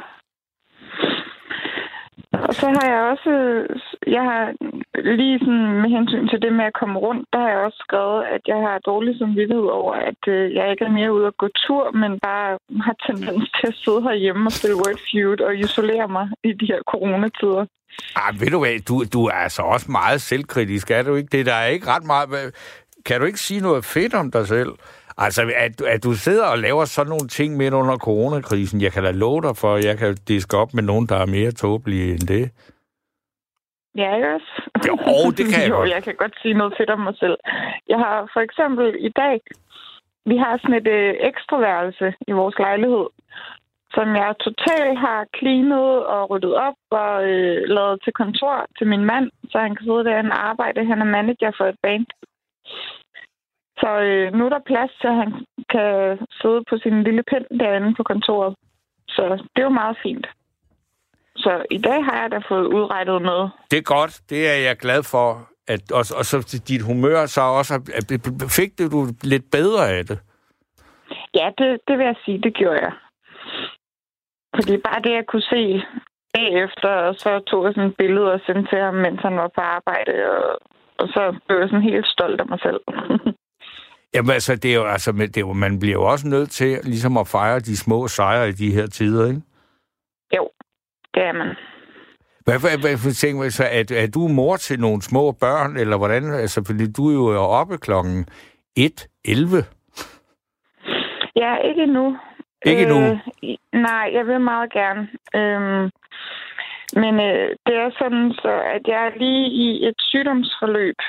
Og så har jeg også, jeg har lige sådan med hensyn til det med at komme rundt, der har jeg også skrevet, at jeg har dårlig samvittighed over, at øh, jeg ikke er mere ude at gå tur, men bare har tendens til at sidde herhjemme og spille Wordfeud og isolere mig i de her coronatider. Ah, ved du hvad, du, du er altså også meget selvkritisk, er du ikke? Det der er ikke ret meget... Kan du ikke sige noget fedt om dig selv? Altså, at, at du sidder og laver sådan nogle ting midt under coronakrisen, jeg kan da love dig for, at jeg kan diske op med nogen, der er mere tåbelige end det. Ja, ikke også? Jo, det kan jeg jo, godt. Jeg kan godt sige noget fedt om mig selv. Jeg har for eksempel i dag, vi har sådan et øh, ekstraværelse i vores lejlighed, som jeg totalt har cleanet og ryddet op og øh, lavet til kontor til min mand, så han kan sidde derinde og arbejde. Han er manager for et band. Så øh, nu er der plads til, at han kan sidde på sin lille pind derinde på kontoret. Så det er jo meget fint. Så i dag har jeg da fået udrettet noget. Det er godt. Det er jeg glad for. At, og, og så dit humør så også... Fik det du lidt bedre af det? Ja, det, det vil jeg sige. Det gjorde jeg. Fordi bare det, jeg kunne se bagefter, og så tog jeg sådan et billede og sendte til ham, mens han var på arbejde, og, og så blev jeg sådan helt stolt af mig selv. Jamen altså, det er jo, altså, det er jo, man bliver jo også nødt til ligesom at fejre de små sejre i de her tider, ikke? Jo, det er man. Hvad, hvad, hvad tænker du så? Er, er du mor til nogle små børn, eller hvordan? Altså, fordi du er jo oppe klokken et elleve. Ja, ikke endnu. Ikke endnu? Øh, nej, jeg vil meget gerne. Øhm, men øh, det er sådan, så at jeg er lige i et sygdomsforløb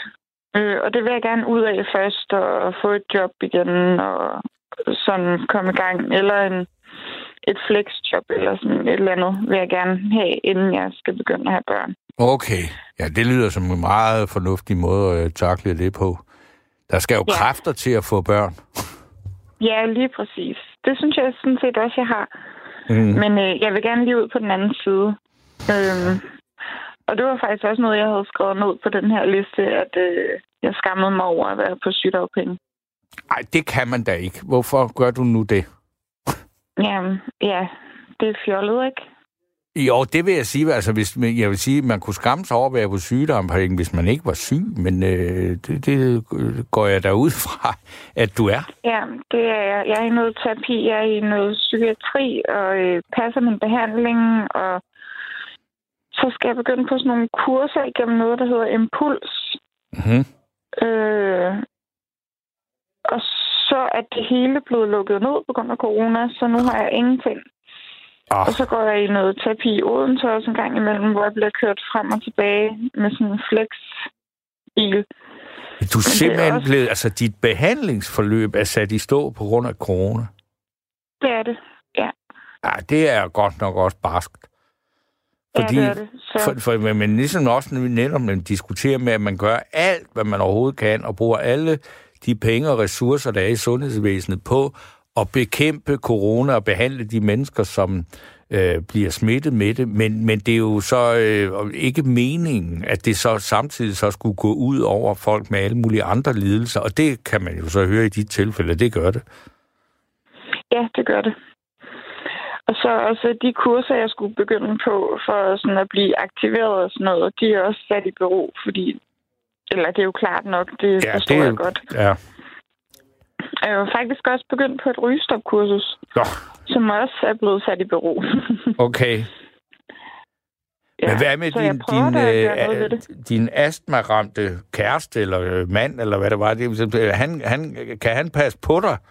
Øh, og det vil jeg gerne ud af først, og få et job igen, og sådan komme i gang. Eller en, et flexjob, eller sådan et eller andet, vil jeg gerne have, inden jeg skal begynde at have børn. Okay. Ja, det lyder som en meget fornuftig måde at takle det på. Der skal jo ja. kræfter til at få børn. Ja, lige præcis. Det synes jeg sådan set også, jeg har. Mm. Men øh, jeg vil gerne lige ud på den anden side. Øhm, og det var faktisk også noget, jeg havde skrevet ned på den her liste, at øh, jeg skammede mig over at være på sygedagpenge. Nej, det kan man da ikke. Hvorfor gør du nu det? Jamen, ja, det er fjollet, ikke? Jo, det vil jeg sige. Altså, hvis, jeg vil sige, at man kunne skamme sig over at være på sygedagpenge, hvis man ikke var syg, men øh, det, det går jeg da ud fra, at du er. Ja, det er jeg. Jeg er i noget terapi, jeg er i noget psykiatri, og øh, passer min behandling, og så skal jeg begynde på sådan nogle kurser igennem noget, der hedder Impuls. Mm-hmm. Øh, og så er det hele blevet lukket ned på grund af corona, så nu har jeg ingenting. Oh. Og så går jeg i noget terapi i Odense også en gang imellem, hvor jeg bliver kørt frem og tilbage med sådan en flex-bil. Du er simpelthen også blevet... Altså, dit behandlingsforløb er sat i stå på grund af corona? Det er det, ja. Ja, det er godt nok også barskt. Fordi, ja, det er det. Så... For, for, men ligesom også netop man diskuterer med, at man gør alt, hvad man overhovedet kan, og bruger alle de penge og ressourcer, der er i sundhedsvæsenet på at bekæmpe corona og behandle de mennesker, som øh, bliver smittet med det. Men, men det er jo så øh, ikke meningen, at det så samtidig så skulle gå ud over folk med alle mulige andre lidelser. Og det kan man jo så høre i de tilfælde, det gør det. Ja, det gør det. Og så også de kurser, jeg skulle begynde på for sådan at blive aktiveret og sådan noget, de er også sat i bero, fordi... Eller det er jo klart nok, det ja, forstår det, jeg godt. Ja. Jeg er jo faktisk også begyndt på et rygestopkursus, Nå. som også er blevet sat i bero. Okay. Ja, men hvad med din, din, øh, din astma-ramte kæreste, eller mand, eller hvad det var? Det, han, han, kan han passe på dig?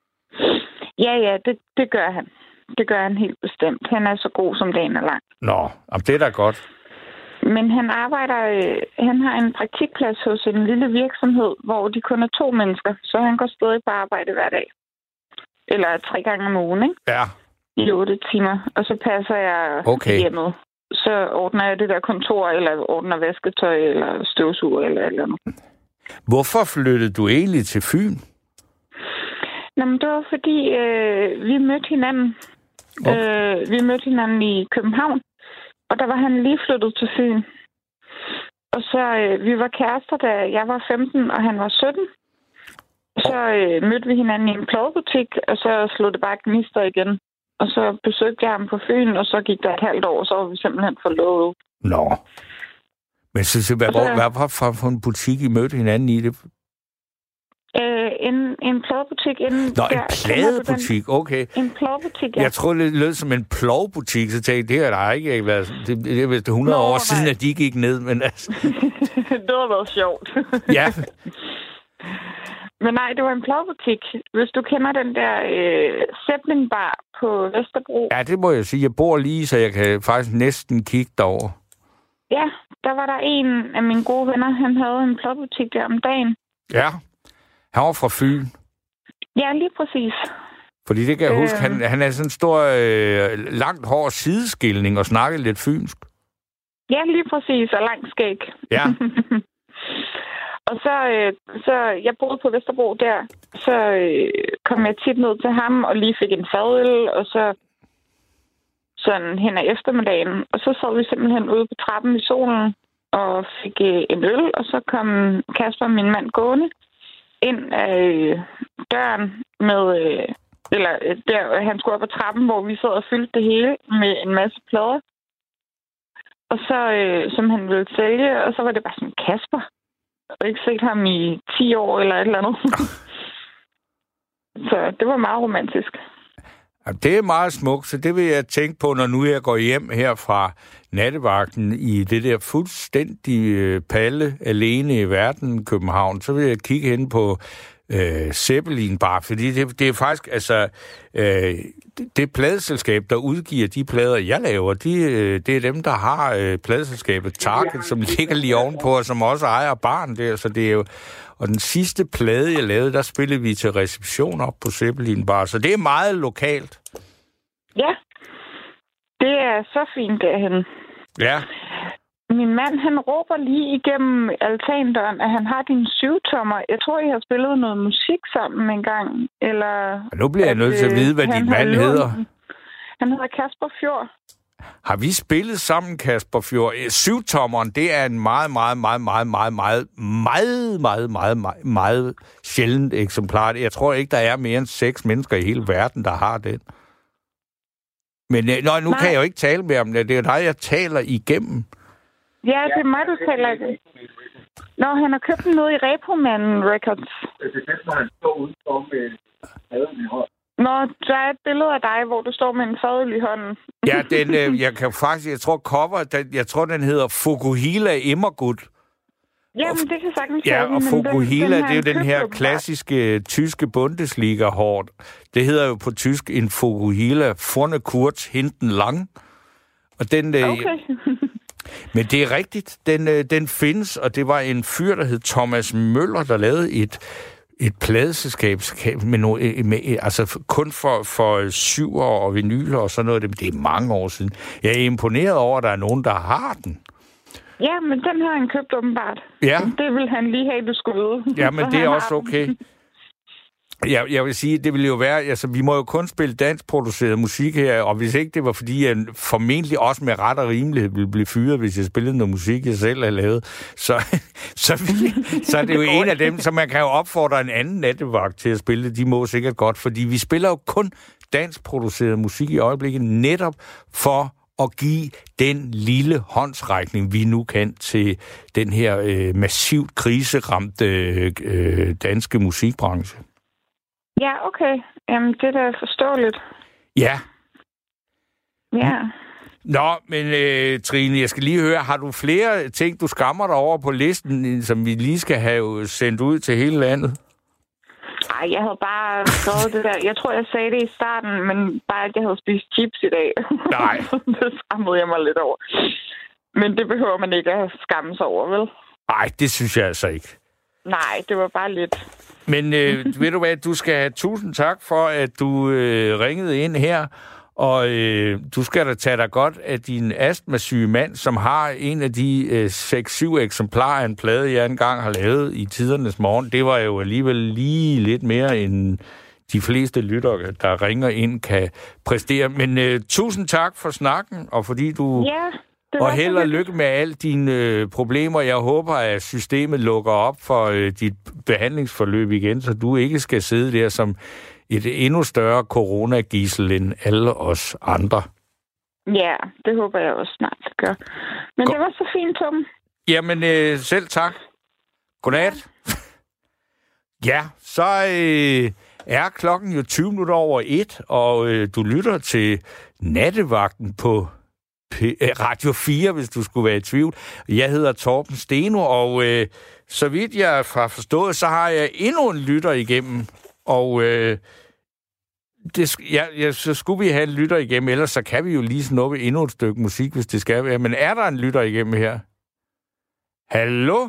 Ja, ja, det, det gør han. Det gør han helt bestemt. Han er så god, som dagen er lang. Nå, det er da godt. Men han arbejder, øh, han har en praktikplads hos en lille virksomhed, hvor de kun er to mennesker, så han går stadig på arbejde hver dag. Eller tre gange om ugen, ikke? Ja. I otte timer. Og så passer jeg okay. hjemmet. Så ordner jeg det der kontor, eller ordner vasketøj, eller støvsuger, eller eller andet. Hvorfor flyttede du egentlig til Fyn? Nå, men det var fordi, øh, vi mødte hinanden. Okay. Øh, vi mødte hinanden i København. Og der var han lige flyttet til Fyn. Og så, øh, vi var kærester, da jeg var femten, og han var sytten. Så øh, mødte vi hinanden i en pladebutik, og så slog det bare gnister igen. Og så besøgte jeg ham på Fyn, og så gik der et halvt år, og så var vi simpelthen forlovet. Nå. Men så, så hvad, så, hvor, hvad var det for en butik, I mødte hinanden i det? Øh, en, en pladebutik inden... Nå, der, en pladebutik, okay. En pladebutik, ja. Jeg troede, det lød som en plovbutik, så tænkte jeg, det har der ikke været... Det, det er vist hundrede Nå, år nej. siden, at de gik ned, men altså... det har været sjovt. Ja. Men nej, det var en pladebutik. Hvis du kender den der øh, Zeppelin-bar på Vesterbro. Ja, det må jeg sige. Jeg bor lige, så jeg kan faktisk næsten kigge derover. Ja, der var der en af mine gode venner, han havde en pladebutik der om dagen. Ja. Han var fra Fyn. Ja, lige præcis. Fordi det kan jeg øh... huske, han, han er sådan en stor, øh, langt hård sideskilning og snakkede lidt fynsk. Ja, lige præcis, og langt skæg. Ja. og så, øh, så, jeg boede på Vesterbro der, så øh, kom jeg tit ned til ham og lige fik en fadøl, og så sådan hen ad eftermiddagen. Og så sad vi simpelthen ude på trappen i solen og fik øh, en øl, og så kom Kasper, min mand, gående ind af øh, døren med, øh, eller øh, der, han skulle op ad trappen, hvor vi sad og fyldte det hele med en masse plader. Og så, øh, som han ville sælge, og så var det bare sådan, Kasper. Jeg har ikke set ham i ti år eller et eller andet. Så det var meget romantisk. Det er meget smukt, så det vil jeg tænke på, når nu jeg går hjem her fra nattevagten i det der fuldstændig palle alene i verden, København. Så vil jeg kigge hen på øh, Zeppelin Bar, fordi det, det er faktisk, altså, øh, det, det pladeselskab, der udgiver de plader, jeg laver, de, øh, det er dem, der har øh, pladeselskabet Target, som ligger lige ovenpå, og som også ejer barn der, så det er jo, og den sidste plade, jeg lavede, der spillede vi til reception op på Zeppelin Bar, så det er meget lokalt. Ja, det er så fint derhen. Ja. Min mand, han råber lige igennem altandøren, at han har din syvtommer. Jeg tror, I har spillet noget musik sammen en gang, eller... Og nu bliver jeg nødt til at vide, hvad din mand hedder. Han hedder Kasper Fjord. Har vi spillet sammen, Kasper Fjord? Syvtommeren, det er en meget, meget, meget, meget, meget, meget, meget, meget, meget, meget, meget sjældent eksemplar. Jeg tror ikke, der er mere end seks mennesker i hele verden, der har den. Men nøj, nu Nej. kan jeg jo ikke tale med om det. Det er dig, jeg taler igennem. Ja, det er mig, du taler igennem. Nå, han har købt den nede i Repo-manden Records. Det er den, hvor han står udenfor med fadøl i hånden. Nå, der er et billede af dig, hvor du står med en fadøl i hånden. Ja, den, øh, jeg kan faktisk, jeg tror cover, den, jeg tror, den hedder Fukuhila Immergut. Jamen, det kan sagtens Ja, være, og Fukuhila, den, den det er jo den her klassiske tyske Bundesliga-hort. Det hedder jo på tysk en Fukuhila vorne kurz, hinten lang. Og den... Øh, okay. Men det er rigtigt, den, øh, den findes, og det var en fyr, der hed Thomas Møller, der lavede et, et pladeselskab med noget, med, altså kun for, for syver og vinyler og sådan noget. Det er mange år siden. Jeg er imponeret over, at der er nogen, der har den. Ja, men den har han købt åbenbart. Ja. Det vil han lige have, du skulle vide. Ja, men det er også okay. Jeg, jeg vil sige, det ville jo være, altså vi må jo kun spille danskproduceret musik her, og hvis ikke det var, fordi jeg formentlig også med ret og rimelighed ville blive fyret, hvis jeg spillede noget musik, jeg selv har lavet, så, så, så er det jo en af dem, som man kan jo opfordre en anden nattevagt til at spille, de må sikkert godt, fordi vi spiller jo kun danskproduceret musik i øjeblikket, netop for at give den lille håndsrækning, vi nu kan til den her øh, massivt kriseramte øh, danske musikbranche. Ja, okay. Jamen, det er da forståeligt. Ja. Ja. Nå, men øh, Trine, jeg skal lige høre, har du flere ting, du skammer dig over på listen, som vi lige skal have sendt ud til hele landet? Nej, jeg havde bare skrevet det der. Jeg tror, jeg sagde det i starten, men bare, at jeg havde spist chips i dag. Nej. Det skammede jeg mig lidt over. Men det behøver man ikke at skamme sig over, vel? Nej, det synes jeg altså ikke. Nej, det var bare lidt... Men øh, ved du hvad, du skal have tusind tak for, at du øh, ringede ind her, og øh, du skal da tage dig godt af din astmasyge mand, som har en af de øh, seks syv eksemplarer af en plade, jeg engang har lavet i tidernes morgen. Det var jo alligevel lige lidt mere, end de fleste lyttere, der ringer ind, kan præstere. Men øh, tusind tak for snakken, og fordi du... Ja. Og held og lykke med alle dine øh, problemer. Jeg håber, at systemet lukker op for øh, dit behandlingsforløb igen, så du ikke skal sidde der som et endnu større coronagissel end alle os andre. Ja, det håber jeg også snart det gør. Men Go- det var så fint, Tom. Jamen, øh, selv tak. Godnat. Ja, så øh, er klokken jo tyve minutter over et, og øh, du lytter til Nattevagten på Radio fire, hvis du skulle være i tvivl. Jeg hedder Torben Steno, og øh, så vidt jeg har forstået, så har jeg endnu en lytter igennem, og øh, det, ja, ja, så skulle vi have en lytter igennem, ellers så kan vi jo lige snuppe endnu et stykke musik, hvis det skal være. Men er der en lytter igennem her? Hallo?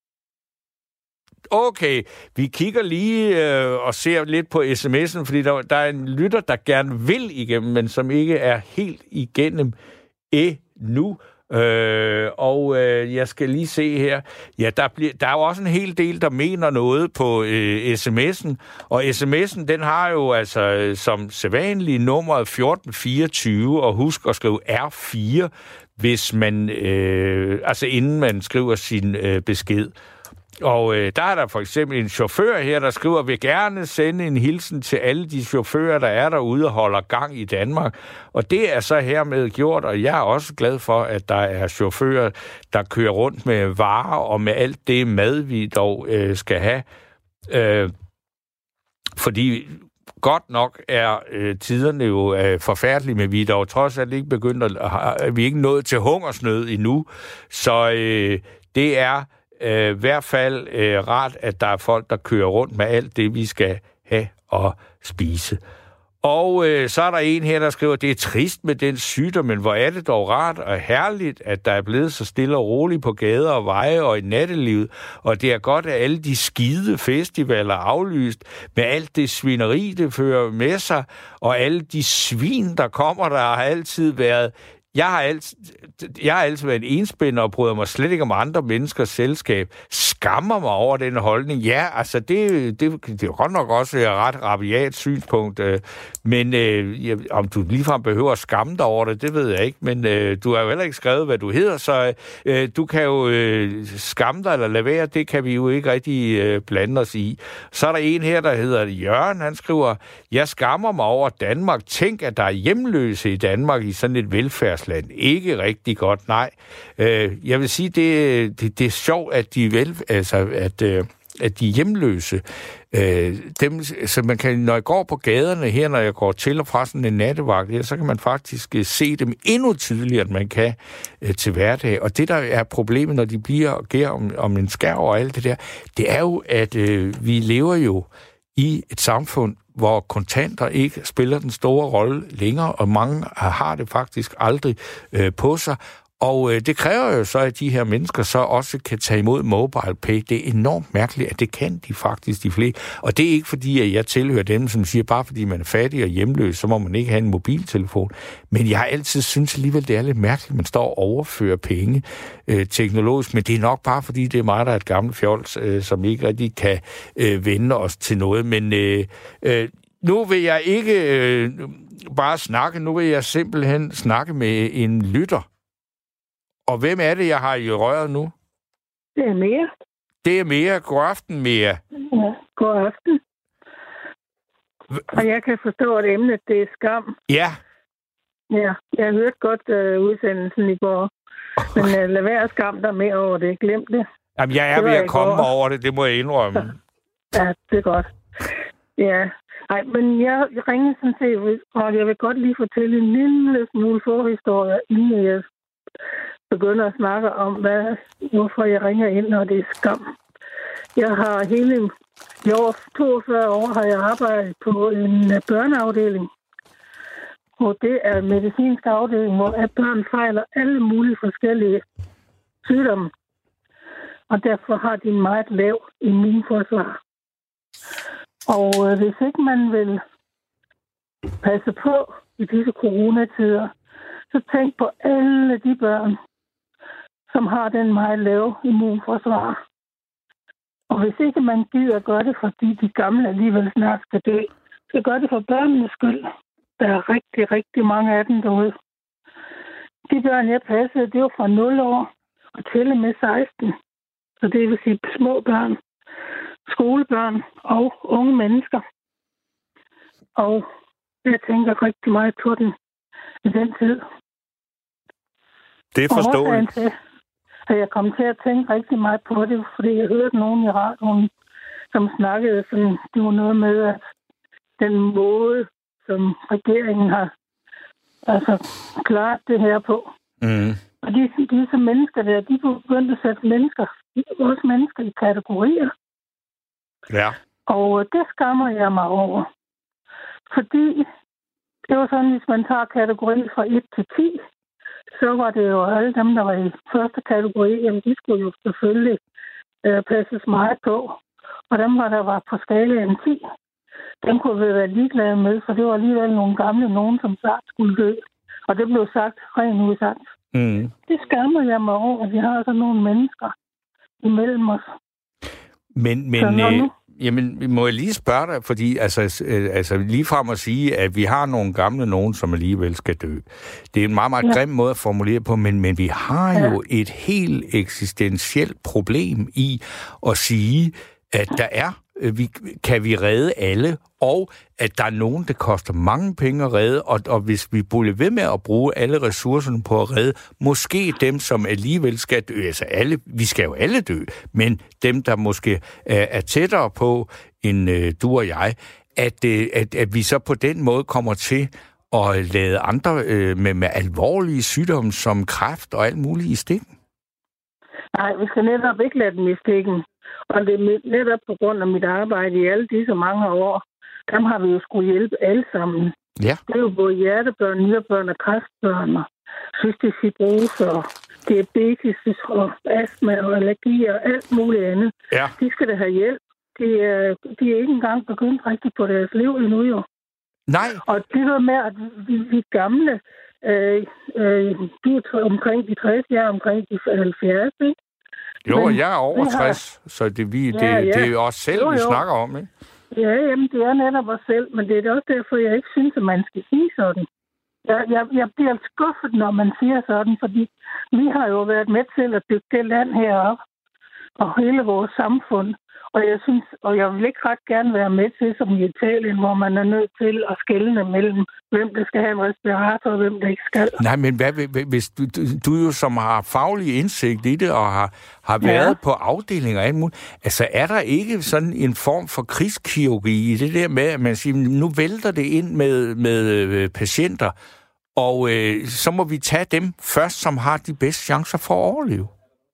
Okay, vi kigger lige øh, og ser lidt på sms'en, fordi der, der er en lytter, der gerne vil igennem, men som ikke er helt igennem endnu. Øh, og øh, jeg skal lige se her. Ja, der, bliver, der er jo også en hel del, der mener noget på øh, sms'en. Og sms'en, den har jo altså øh, som sædvanligt nummeret fjorten fireogtyve, og husk at skrive R fire, hvis man, øh, altså inden man skriver sin øh, besked. Og øh, der er der for eksempel en chauffør her, der skriver, vil gerne sende en hilsen til alle de chauffører, der er derude og holder gang i Danmark. Og det er så hermed gjort, og jeg er også glad for, at der er chauffører, der kører rundt med varer og med alt det mad, vi dog øh, skal have. Øh, fordi godt nok er øh, tiderne jo øh, forfærdelige, men vi er dog trods alt ikke begyndt at, at vi er ikke nået til hungersnød endnu. Så øh, det er øh, i hvert fald øh, rart, at der er folk, der kører rundt med alt det, vi skal have og spise. Og øh, så er der en her, der skriver, det er trist med den sygdom, men hvor er det dog rart og herligt, at der er blevet så stille og roligt på gader og veje og i nattelivet. Og det er godt, at alle de skide festivaler er aflyst med alt det svineri, det fører med sig, og alle de svin, der kommer, der har altid været... Jeg har, altid, jeg har altid været en enspænder og bryder mig slet ikke om andre menneskers selskab. Skammer mig over den holdning. Ja, altså, det, det, det er godt nok også et ret rabiat synspunkt. Øh, men øh, ja, om du ligefrem behøver at skamme dig over det, det ved jeg ikke. Men øh, du har jo heller ikke skrevet, hvad du hedder, så øh, du kan jo øh, skamme dig eller lade være. Det kan vi jo ikke rigtig øh, blande os i. Så er der en her, der hedder Jørgen. Han skriver, jeg skammer mig over Danmark. Tænk, at der er hjemløse i Danmark i sådan et velfærds land. Ikke rigtig godt, nej. Øh, jeg vil sige, det, det, det er sjovt, at de vel, altså, at, øh, at de hjemløse, øh, dem, så man kan, når jeg går på gaderne her, når jeg går til og fra sådan en nattevagt her, så kan man faktisk øh, se dem endnu tydeligere, end man kan øh, til hverdag. Og det, der er problemet, når de bliver og gær om, om en skærv og alt det der, det er jo, at øh, vi lever jo i et samfund, hvor kontanter ikke spiller den store rolle længere, og mange har det faktisk aldrig øh, på sig. Og øh, det kræver jo så, at de her mennesker så også kan tage imod MobilePay. Det er enormt mærkeligt, at det kan de faktisk, de flere. Og det er ikke fordi, at jeg tilhører dem, som siger, bare fordi man er fattig og hjemløs, så må man ikke have en mobiltelefon. Men jeg har altid syntes alligevel, det er lidt mærkeligt, at man står og overfører penge øh, teknologisk. Men det er nok bare fordi, det er mig, der er et gammelt fjols, øh, som ikke rigtig kan øh, vende os til noget. Men øh, øh, nu vil jeg ikke øh, bare snakke, nu vil jeg simpelthen snakke med en lytter. Og hvem er det, jeg har i røret nu? Det er Mia. Det er Mia. God aften, Mia. Ja, god aften. Og jeg kan forstå, at emnet det er skam. Ja. Ja, jeg har hørt godt uh, udsendelsen i går. Men uh, lad være skam dig mere over det. Glem det. Jamen, jeg er ved at komme over det. Det må jeg indrømme. Ja, det er godt. Ja. Nej, men jeg ringer sådan set, og jeg vil godt lige fortælle en lille smule forhistorie, inden jeg begynder at snakke om, hvad, hvorfor jeg ringer ind, når det er skam. Jeg har hele i over toogfyrre år har jeg arbejdet på en børneafdeling. Og det er en medicinsk afdeling, hvor børn fejler alle mulige forskellige sygdomme. Og derfor har de en meget lav immunforsvar. Og øh, hvis ikke man vil passe på i disse coronatider, så tænk på alle de børn, som har den meget lave immunforsvar. Og hvis ikke man gider gøre det, fordi de gamle alligevel snart skal dø, så gør det for børnenes skyld. Der er rigtig, rigtig mange af dem derude. De børn, jeg passede, det var fra nul år og til og med seksten. Så det vil sige små børn, skolebørn og unge mennesker. Og jeg tænker rigtig meget på den i den tid. Det er forståeligt. Til, at jeg kom til at tænke rigtig meget på det, fordi jeg hørte nogen i radioen, som snakkede sådan, det var noget med, at den måde, som regeringen har altså, klaret det her på. Mm. Og de, disse mennesker der, de begyndte at sætte mennesker, vores mennesker i kategorier. Ja. Og det skammer jeg mig over. Fordi det var sådan, hvis man tager kategori fra et til ti, så var det jo alle dem, der var i første kategori, jamen de skulle jo selvfølgelig øh, passes meget på. Og dem, der var på skalaen ti, dem kunne vi være ligeglade med, for det var alligevel nogle gamle nogen, som sagt skulle dø. Og det blev sagt rent udsagt. Mm. Det skammer jeg mig over, at vi har sådan nogle mennesker imellem os. Men, men øh, jamen, må jeg lige spørge dig, fordi altså, øh, altså lige frem at sige, at vi har nogle gamle nogen, som alligevel skal dø. Det er en meget, meget ja. grim måde at formulere på, men, men vi har ja. jo et helt eksistentielt problem i at sige, at der er, vi, kan vi redde alle, og at der er nogen, der koster mange penge at redde, og, og hvis vi bliver ved med at bruge alle ressourcerne på at redde, måske dem, som alligevel skal dø, altså alle, vi skal jo alle dø, men dem, der måske er, er tættere på end øh, du og jeg, at, øh, at, at vi så på den måde kommer til at lade andre øh, med, med alvorlige sygdomme som kræft og alt muligt i stikken. Nej, vi skal netop ikke lade dem i stikken. Og det er netop på grund af mit arbejde i alle disse mange år, dem har vi jo skulle hjælpe alle sammen. Ja. Det er jo både hjertebørn, nyrebørn og kræftbørn, og cystisk fibrose og diabetes og astma og allergi og alt muligt andet. Ja. De skal da have hjælp. De er, de er ikke engang begyndt rigtigt på deres liv endnu, jo. Nej. Og det der med, at vi, vi gamle, øh, øh, du er omkring de tres, jeg er omkring de halvfjerds, ikke? Jo, Men jeg er over har... tres, så det, vi, det, ja, ja. det er jo os selv, jo, jo. vi snakker om, ikke? Ja, jamen, det er netop os selv, men det er også derfor, jeg ikke synes, at man skal sige sådan. Jeg, jeg, jeg bliver skuffet, når man siger sådan, fordi vi har jo været med til at bygge det land herop, og hele vores samfund. Og jeg synes, og jeg vil ikke ret gerne være med til, som i Italien, hvor man er nødt til at skelne mellem, hvem der skal have en respirator, og hvem der ikke skal. Nej, men hvad, hvis du, du, du jo som har faglig indsigt i det, og har, har været ja. på afdelinger og alt muligt, altså er der ikke sådan en form for krigskirurgi i det der med, at man siger, nu vælter det ind med, med patienter, og øh, så må vi tage dem først, som har de bedste chancer for at overleve?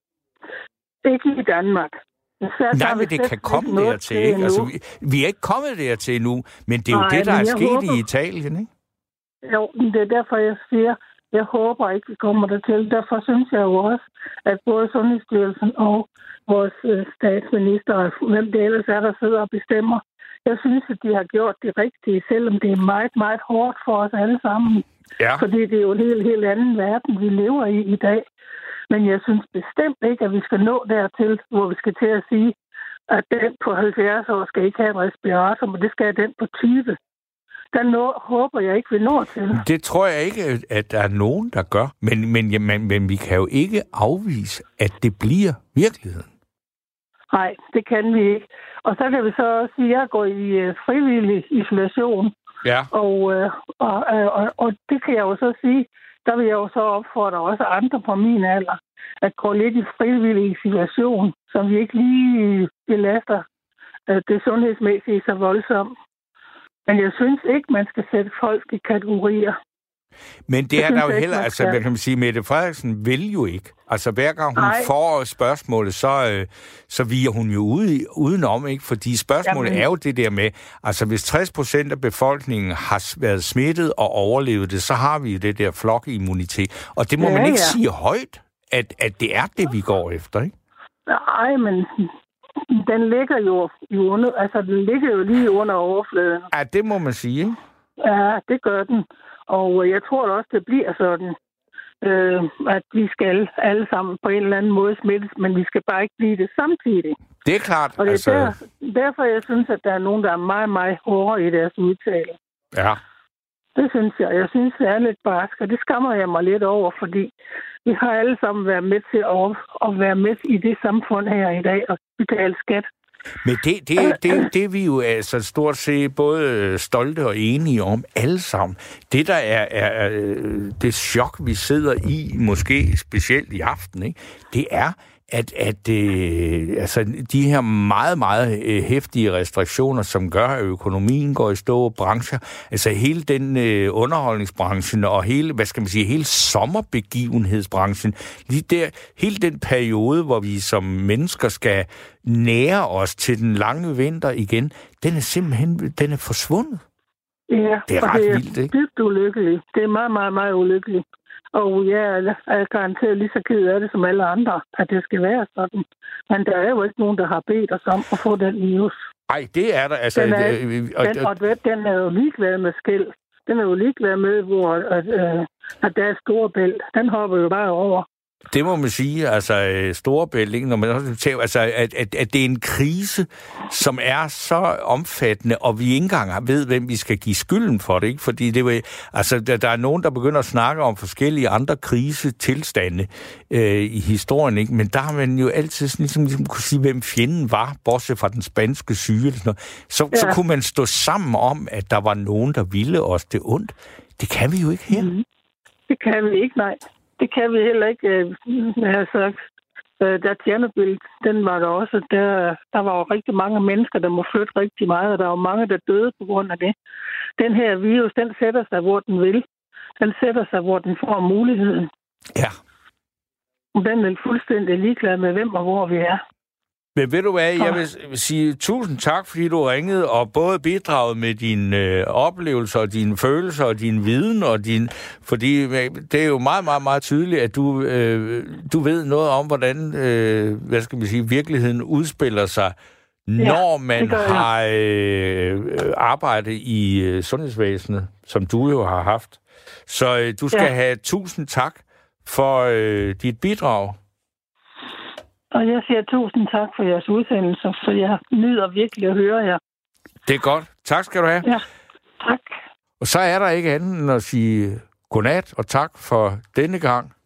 Ikke i Danmark. Nej, men det kan komme dertil, ikke? Altså, vi, vi er ikke kommet dertil endnu, men det er jo Nej, det, der er sket håber... i Italien, ikke? Jo, det er derfor, jeg siger, jeg håber ikke, vi kommer dertil. Derfor synes jeg jo også, at både Sundhedsstyrelsen og vores øh, statsminister, og hvem det ellers er, der sidder og bestemmer, jeg synes, at de har gjort det rigtige, selvom det er meget, meget hårdt for os alle sammen. Ja. Fordi det er jo en helt, helt anden verden, vi lever i i dag. Men jeg synes bestemt ikke, at vi skal nå dertil, hvor vi skal til at sige, at den på halvfjerds år skal ikke have en respirator, men det skal den på tyve. Den nå, håber jeg ikke, vi når til. Det tror jeg ikke, at der er nogen, der gør. Men, men, men, men vi kan jo ikke afvise, at det bliver virkeligheden. Nej, det kan vi ikke. Og så kan vi så også sige, at jeg går i uh, frivillig isolation. Ja. Og, uh, og, og, og det kan jeg jo så sige, der vil jeg jo så opfordre også andre på min alder, at gå lidt i frivillig isolation, som vi ikke lige belaster det sundhedsmæssige så voldsomt. Men jeg synes ikke, man skal sætte folk i kategorier. Men det, det er der jo heller, altså, hvad kan man sige, Mette Frederiksen vil jo ikke. Altså, hver gang hun Nej. får spørgsmålet, så, øh, så viger hun jo ude, udenom, ikke? Fordi spørgsmålet Jamen. er jo det der med, altså, hvis tres procent af befolkningen har været smittet og overlevet det, så har vi jo det der flokimmunitet. Og det må ja, man ikke ja. sige højt, at, at det er det, vi går efter, ikke? Nej, men den ligger jo, jo under, altså, den ligger jo lige under overfladen. Ja, det må man sige, ikke? Ja, det gør den. Og jeg tror også, det bliver sådan, øh, at vi skal alle sammen på en eller anden måde smittes, men vi skal bare ikke blive det samtidig. Det er klart. Og det er altså... der, derfor, jeg synes, at der er nogen, der er meget, meget hårdere i deres udtale. Ja. Det synes jeg. Jeg synes, det er lidt barsk, og det skammer jeg mig lidt over, fordi vi har alle sammen været med til at, at være med i det samfund her i dag og betale skat. Men det, det, det, det er vi jo altså stort set både stolte og enige om alle sammen. Det, der er, er det chok, vi sidder i, måske specielt i aften, ikke? Det er, at, at øh, altså, de her meget, meget øh, heftige restriktioner, som gør, at økonomien går i stå, brancher, altså hele den øh, underholdningsbranchen og hele, hvad skal man sige, hele sommerbegivenhedsbranchen, lige der, hele den periode, hvor vi som mennesker skal nære os til den lange vinter igen, den er simpelthen, den er forsvundet. Ja, det er ret det er vildt, ikke? Dybt ulykkeligt. Det er meget, meget, meget ulykkeligt. Og jeg er garanteret lige så ked af det som alle andre, at det skal være sådan. Men der er jo ikke nogen, der har bedt os om at få den virus. Nej, det er der. Altså, den, er, øh, og, den, og den er jo ligeglad med skæld. Den er jo ligeglad med, hvor at, øh, at der er store bælt. Den hopper jo bare over. Det må man sige, altså Storebælt, ikke? Når man også tager, altså, at, at, at det er en krise, som er så omfattende, og vi ikke engang ved, hvem vi skal give skylden for det, ikke? Fordi det var, altså, der, der er nogen, der begynder at snakke om forskellige andre krisetilstande øh, i historien, ikke? Men der har man jo altid sådan, ligesom, ligesom kunne sige, hvem fjenden var, bortset fra den spanske syge, eller sådan noget. Så, ja. så kunne man stå sammen om, at der var nogen, der ville os det ondt. Det kan vi jo ikke her. Mm-hmm. Det kan vi ikke, nej. Det kan vi heller ikke, jeg har sagt. Der Tjernobyl, den var der også. Der, der var jo rigtig mange mennesker, der må flytte rigtig meget, og der var mange, der døde på grund af det. Den her virus, den sætter sig, hvor den vil. Den sætter sig, hvor den får muligheden. Ja. den er fuldstændig ligeglad med, hvem og hvor vi er. Men ved du hvad, jeg vil sige tusind tak, fordi du ringede og både bidraget med dine øh, oplevelser og dine følelser og din viden og din... Fordi det er jo meget, meget, meget tydeligt, at du, øh, du ved noget om, hvordan øh, hvad skal man sige, virkeligheden udspiller sig, når ja, man har øh, arbejdet i øh, sundhedsvæsenet, som du jo har haft. Så øh, du skal ja. have tusind tak for øh, dit bidrag. Og jeg siger tusind tak for jeres udsendelser, for jeg nyder virkelig at høre jer. Det er godt. Tak skal du have. Ja, tak. Og så er der ikke andet end at sige godnat og tak for denne gang.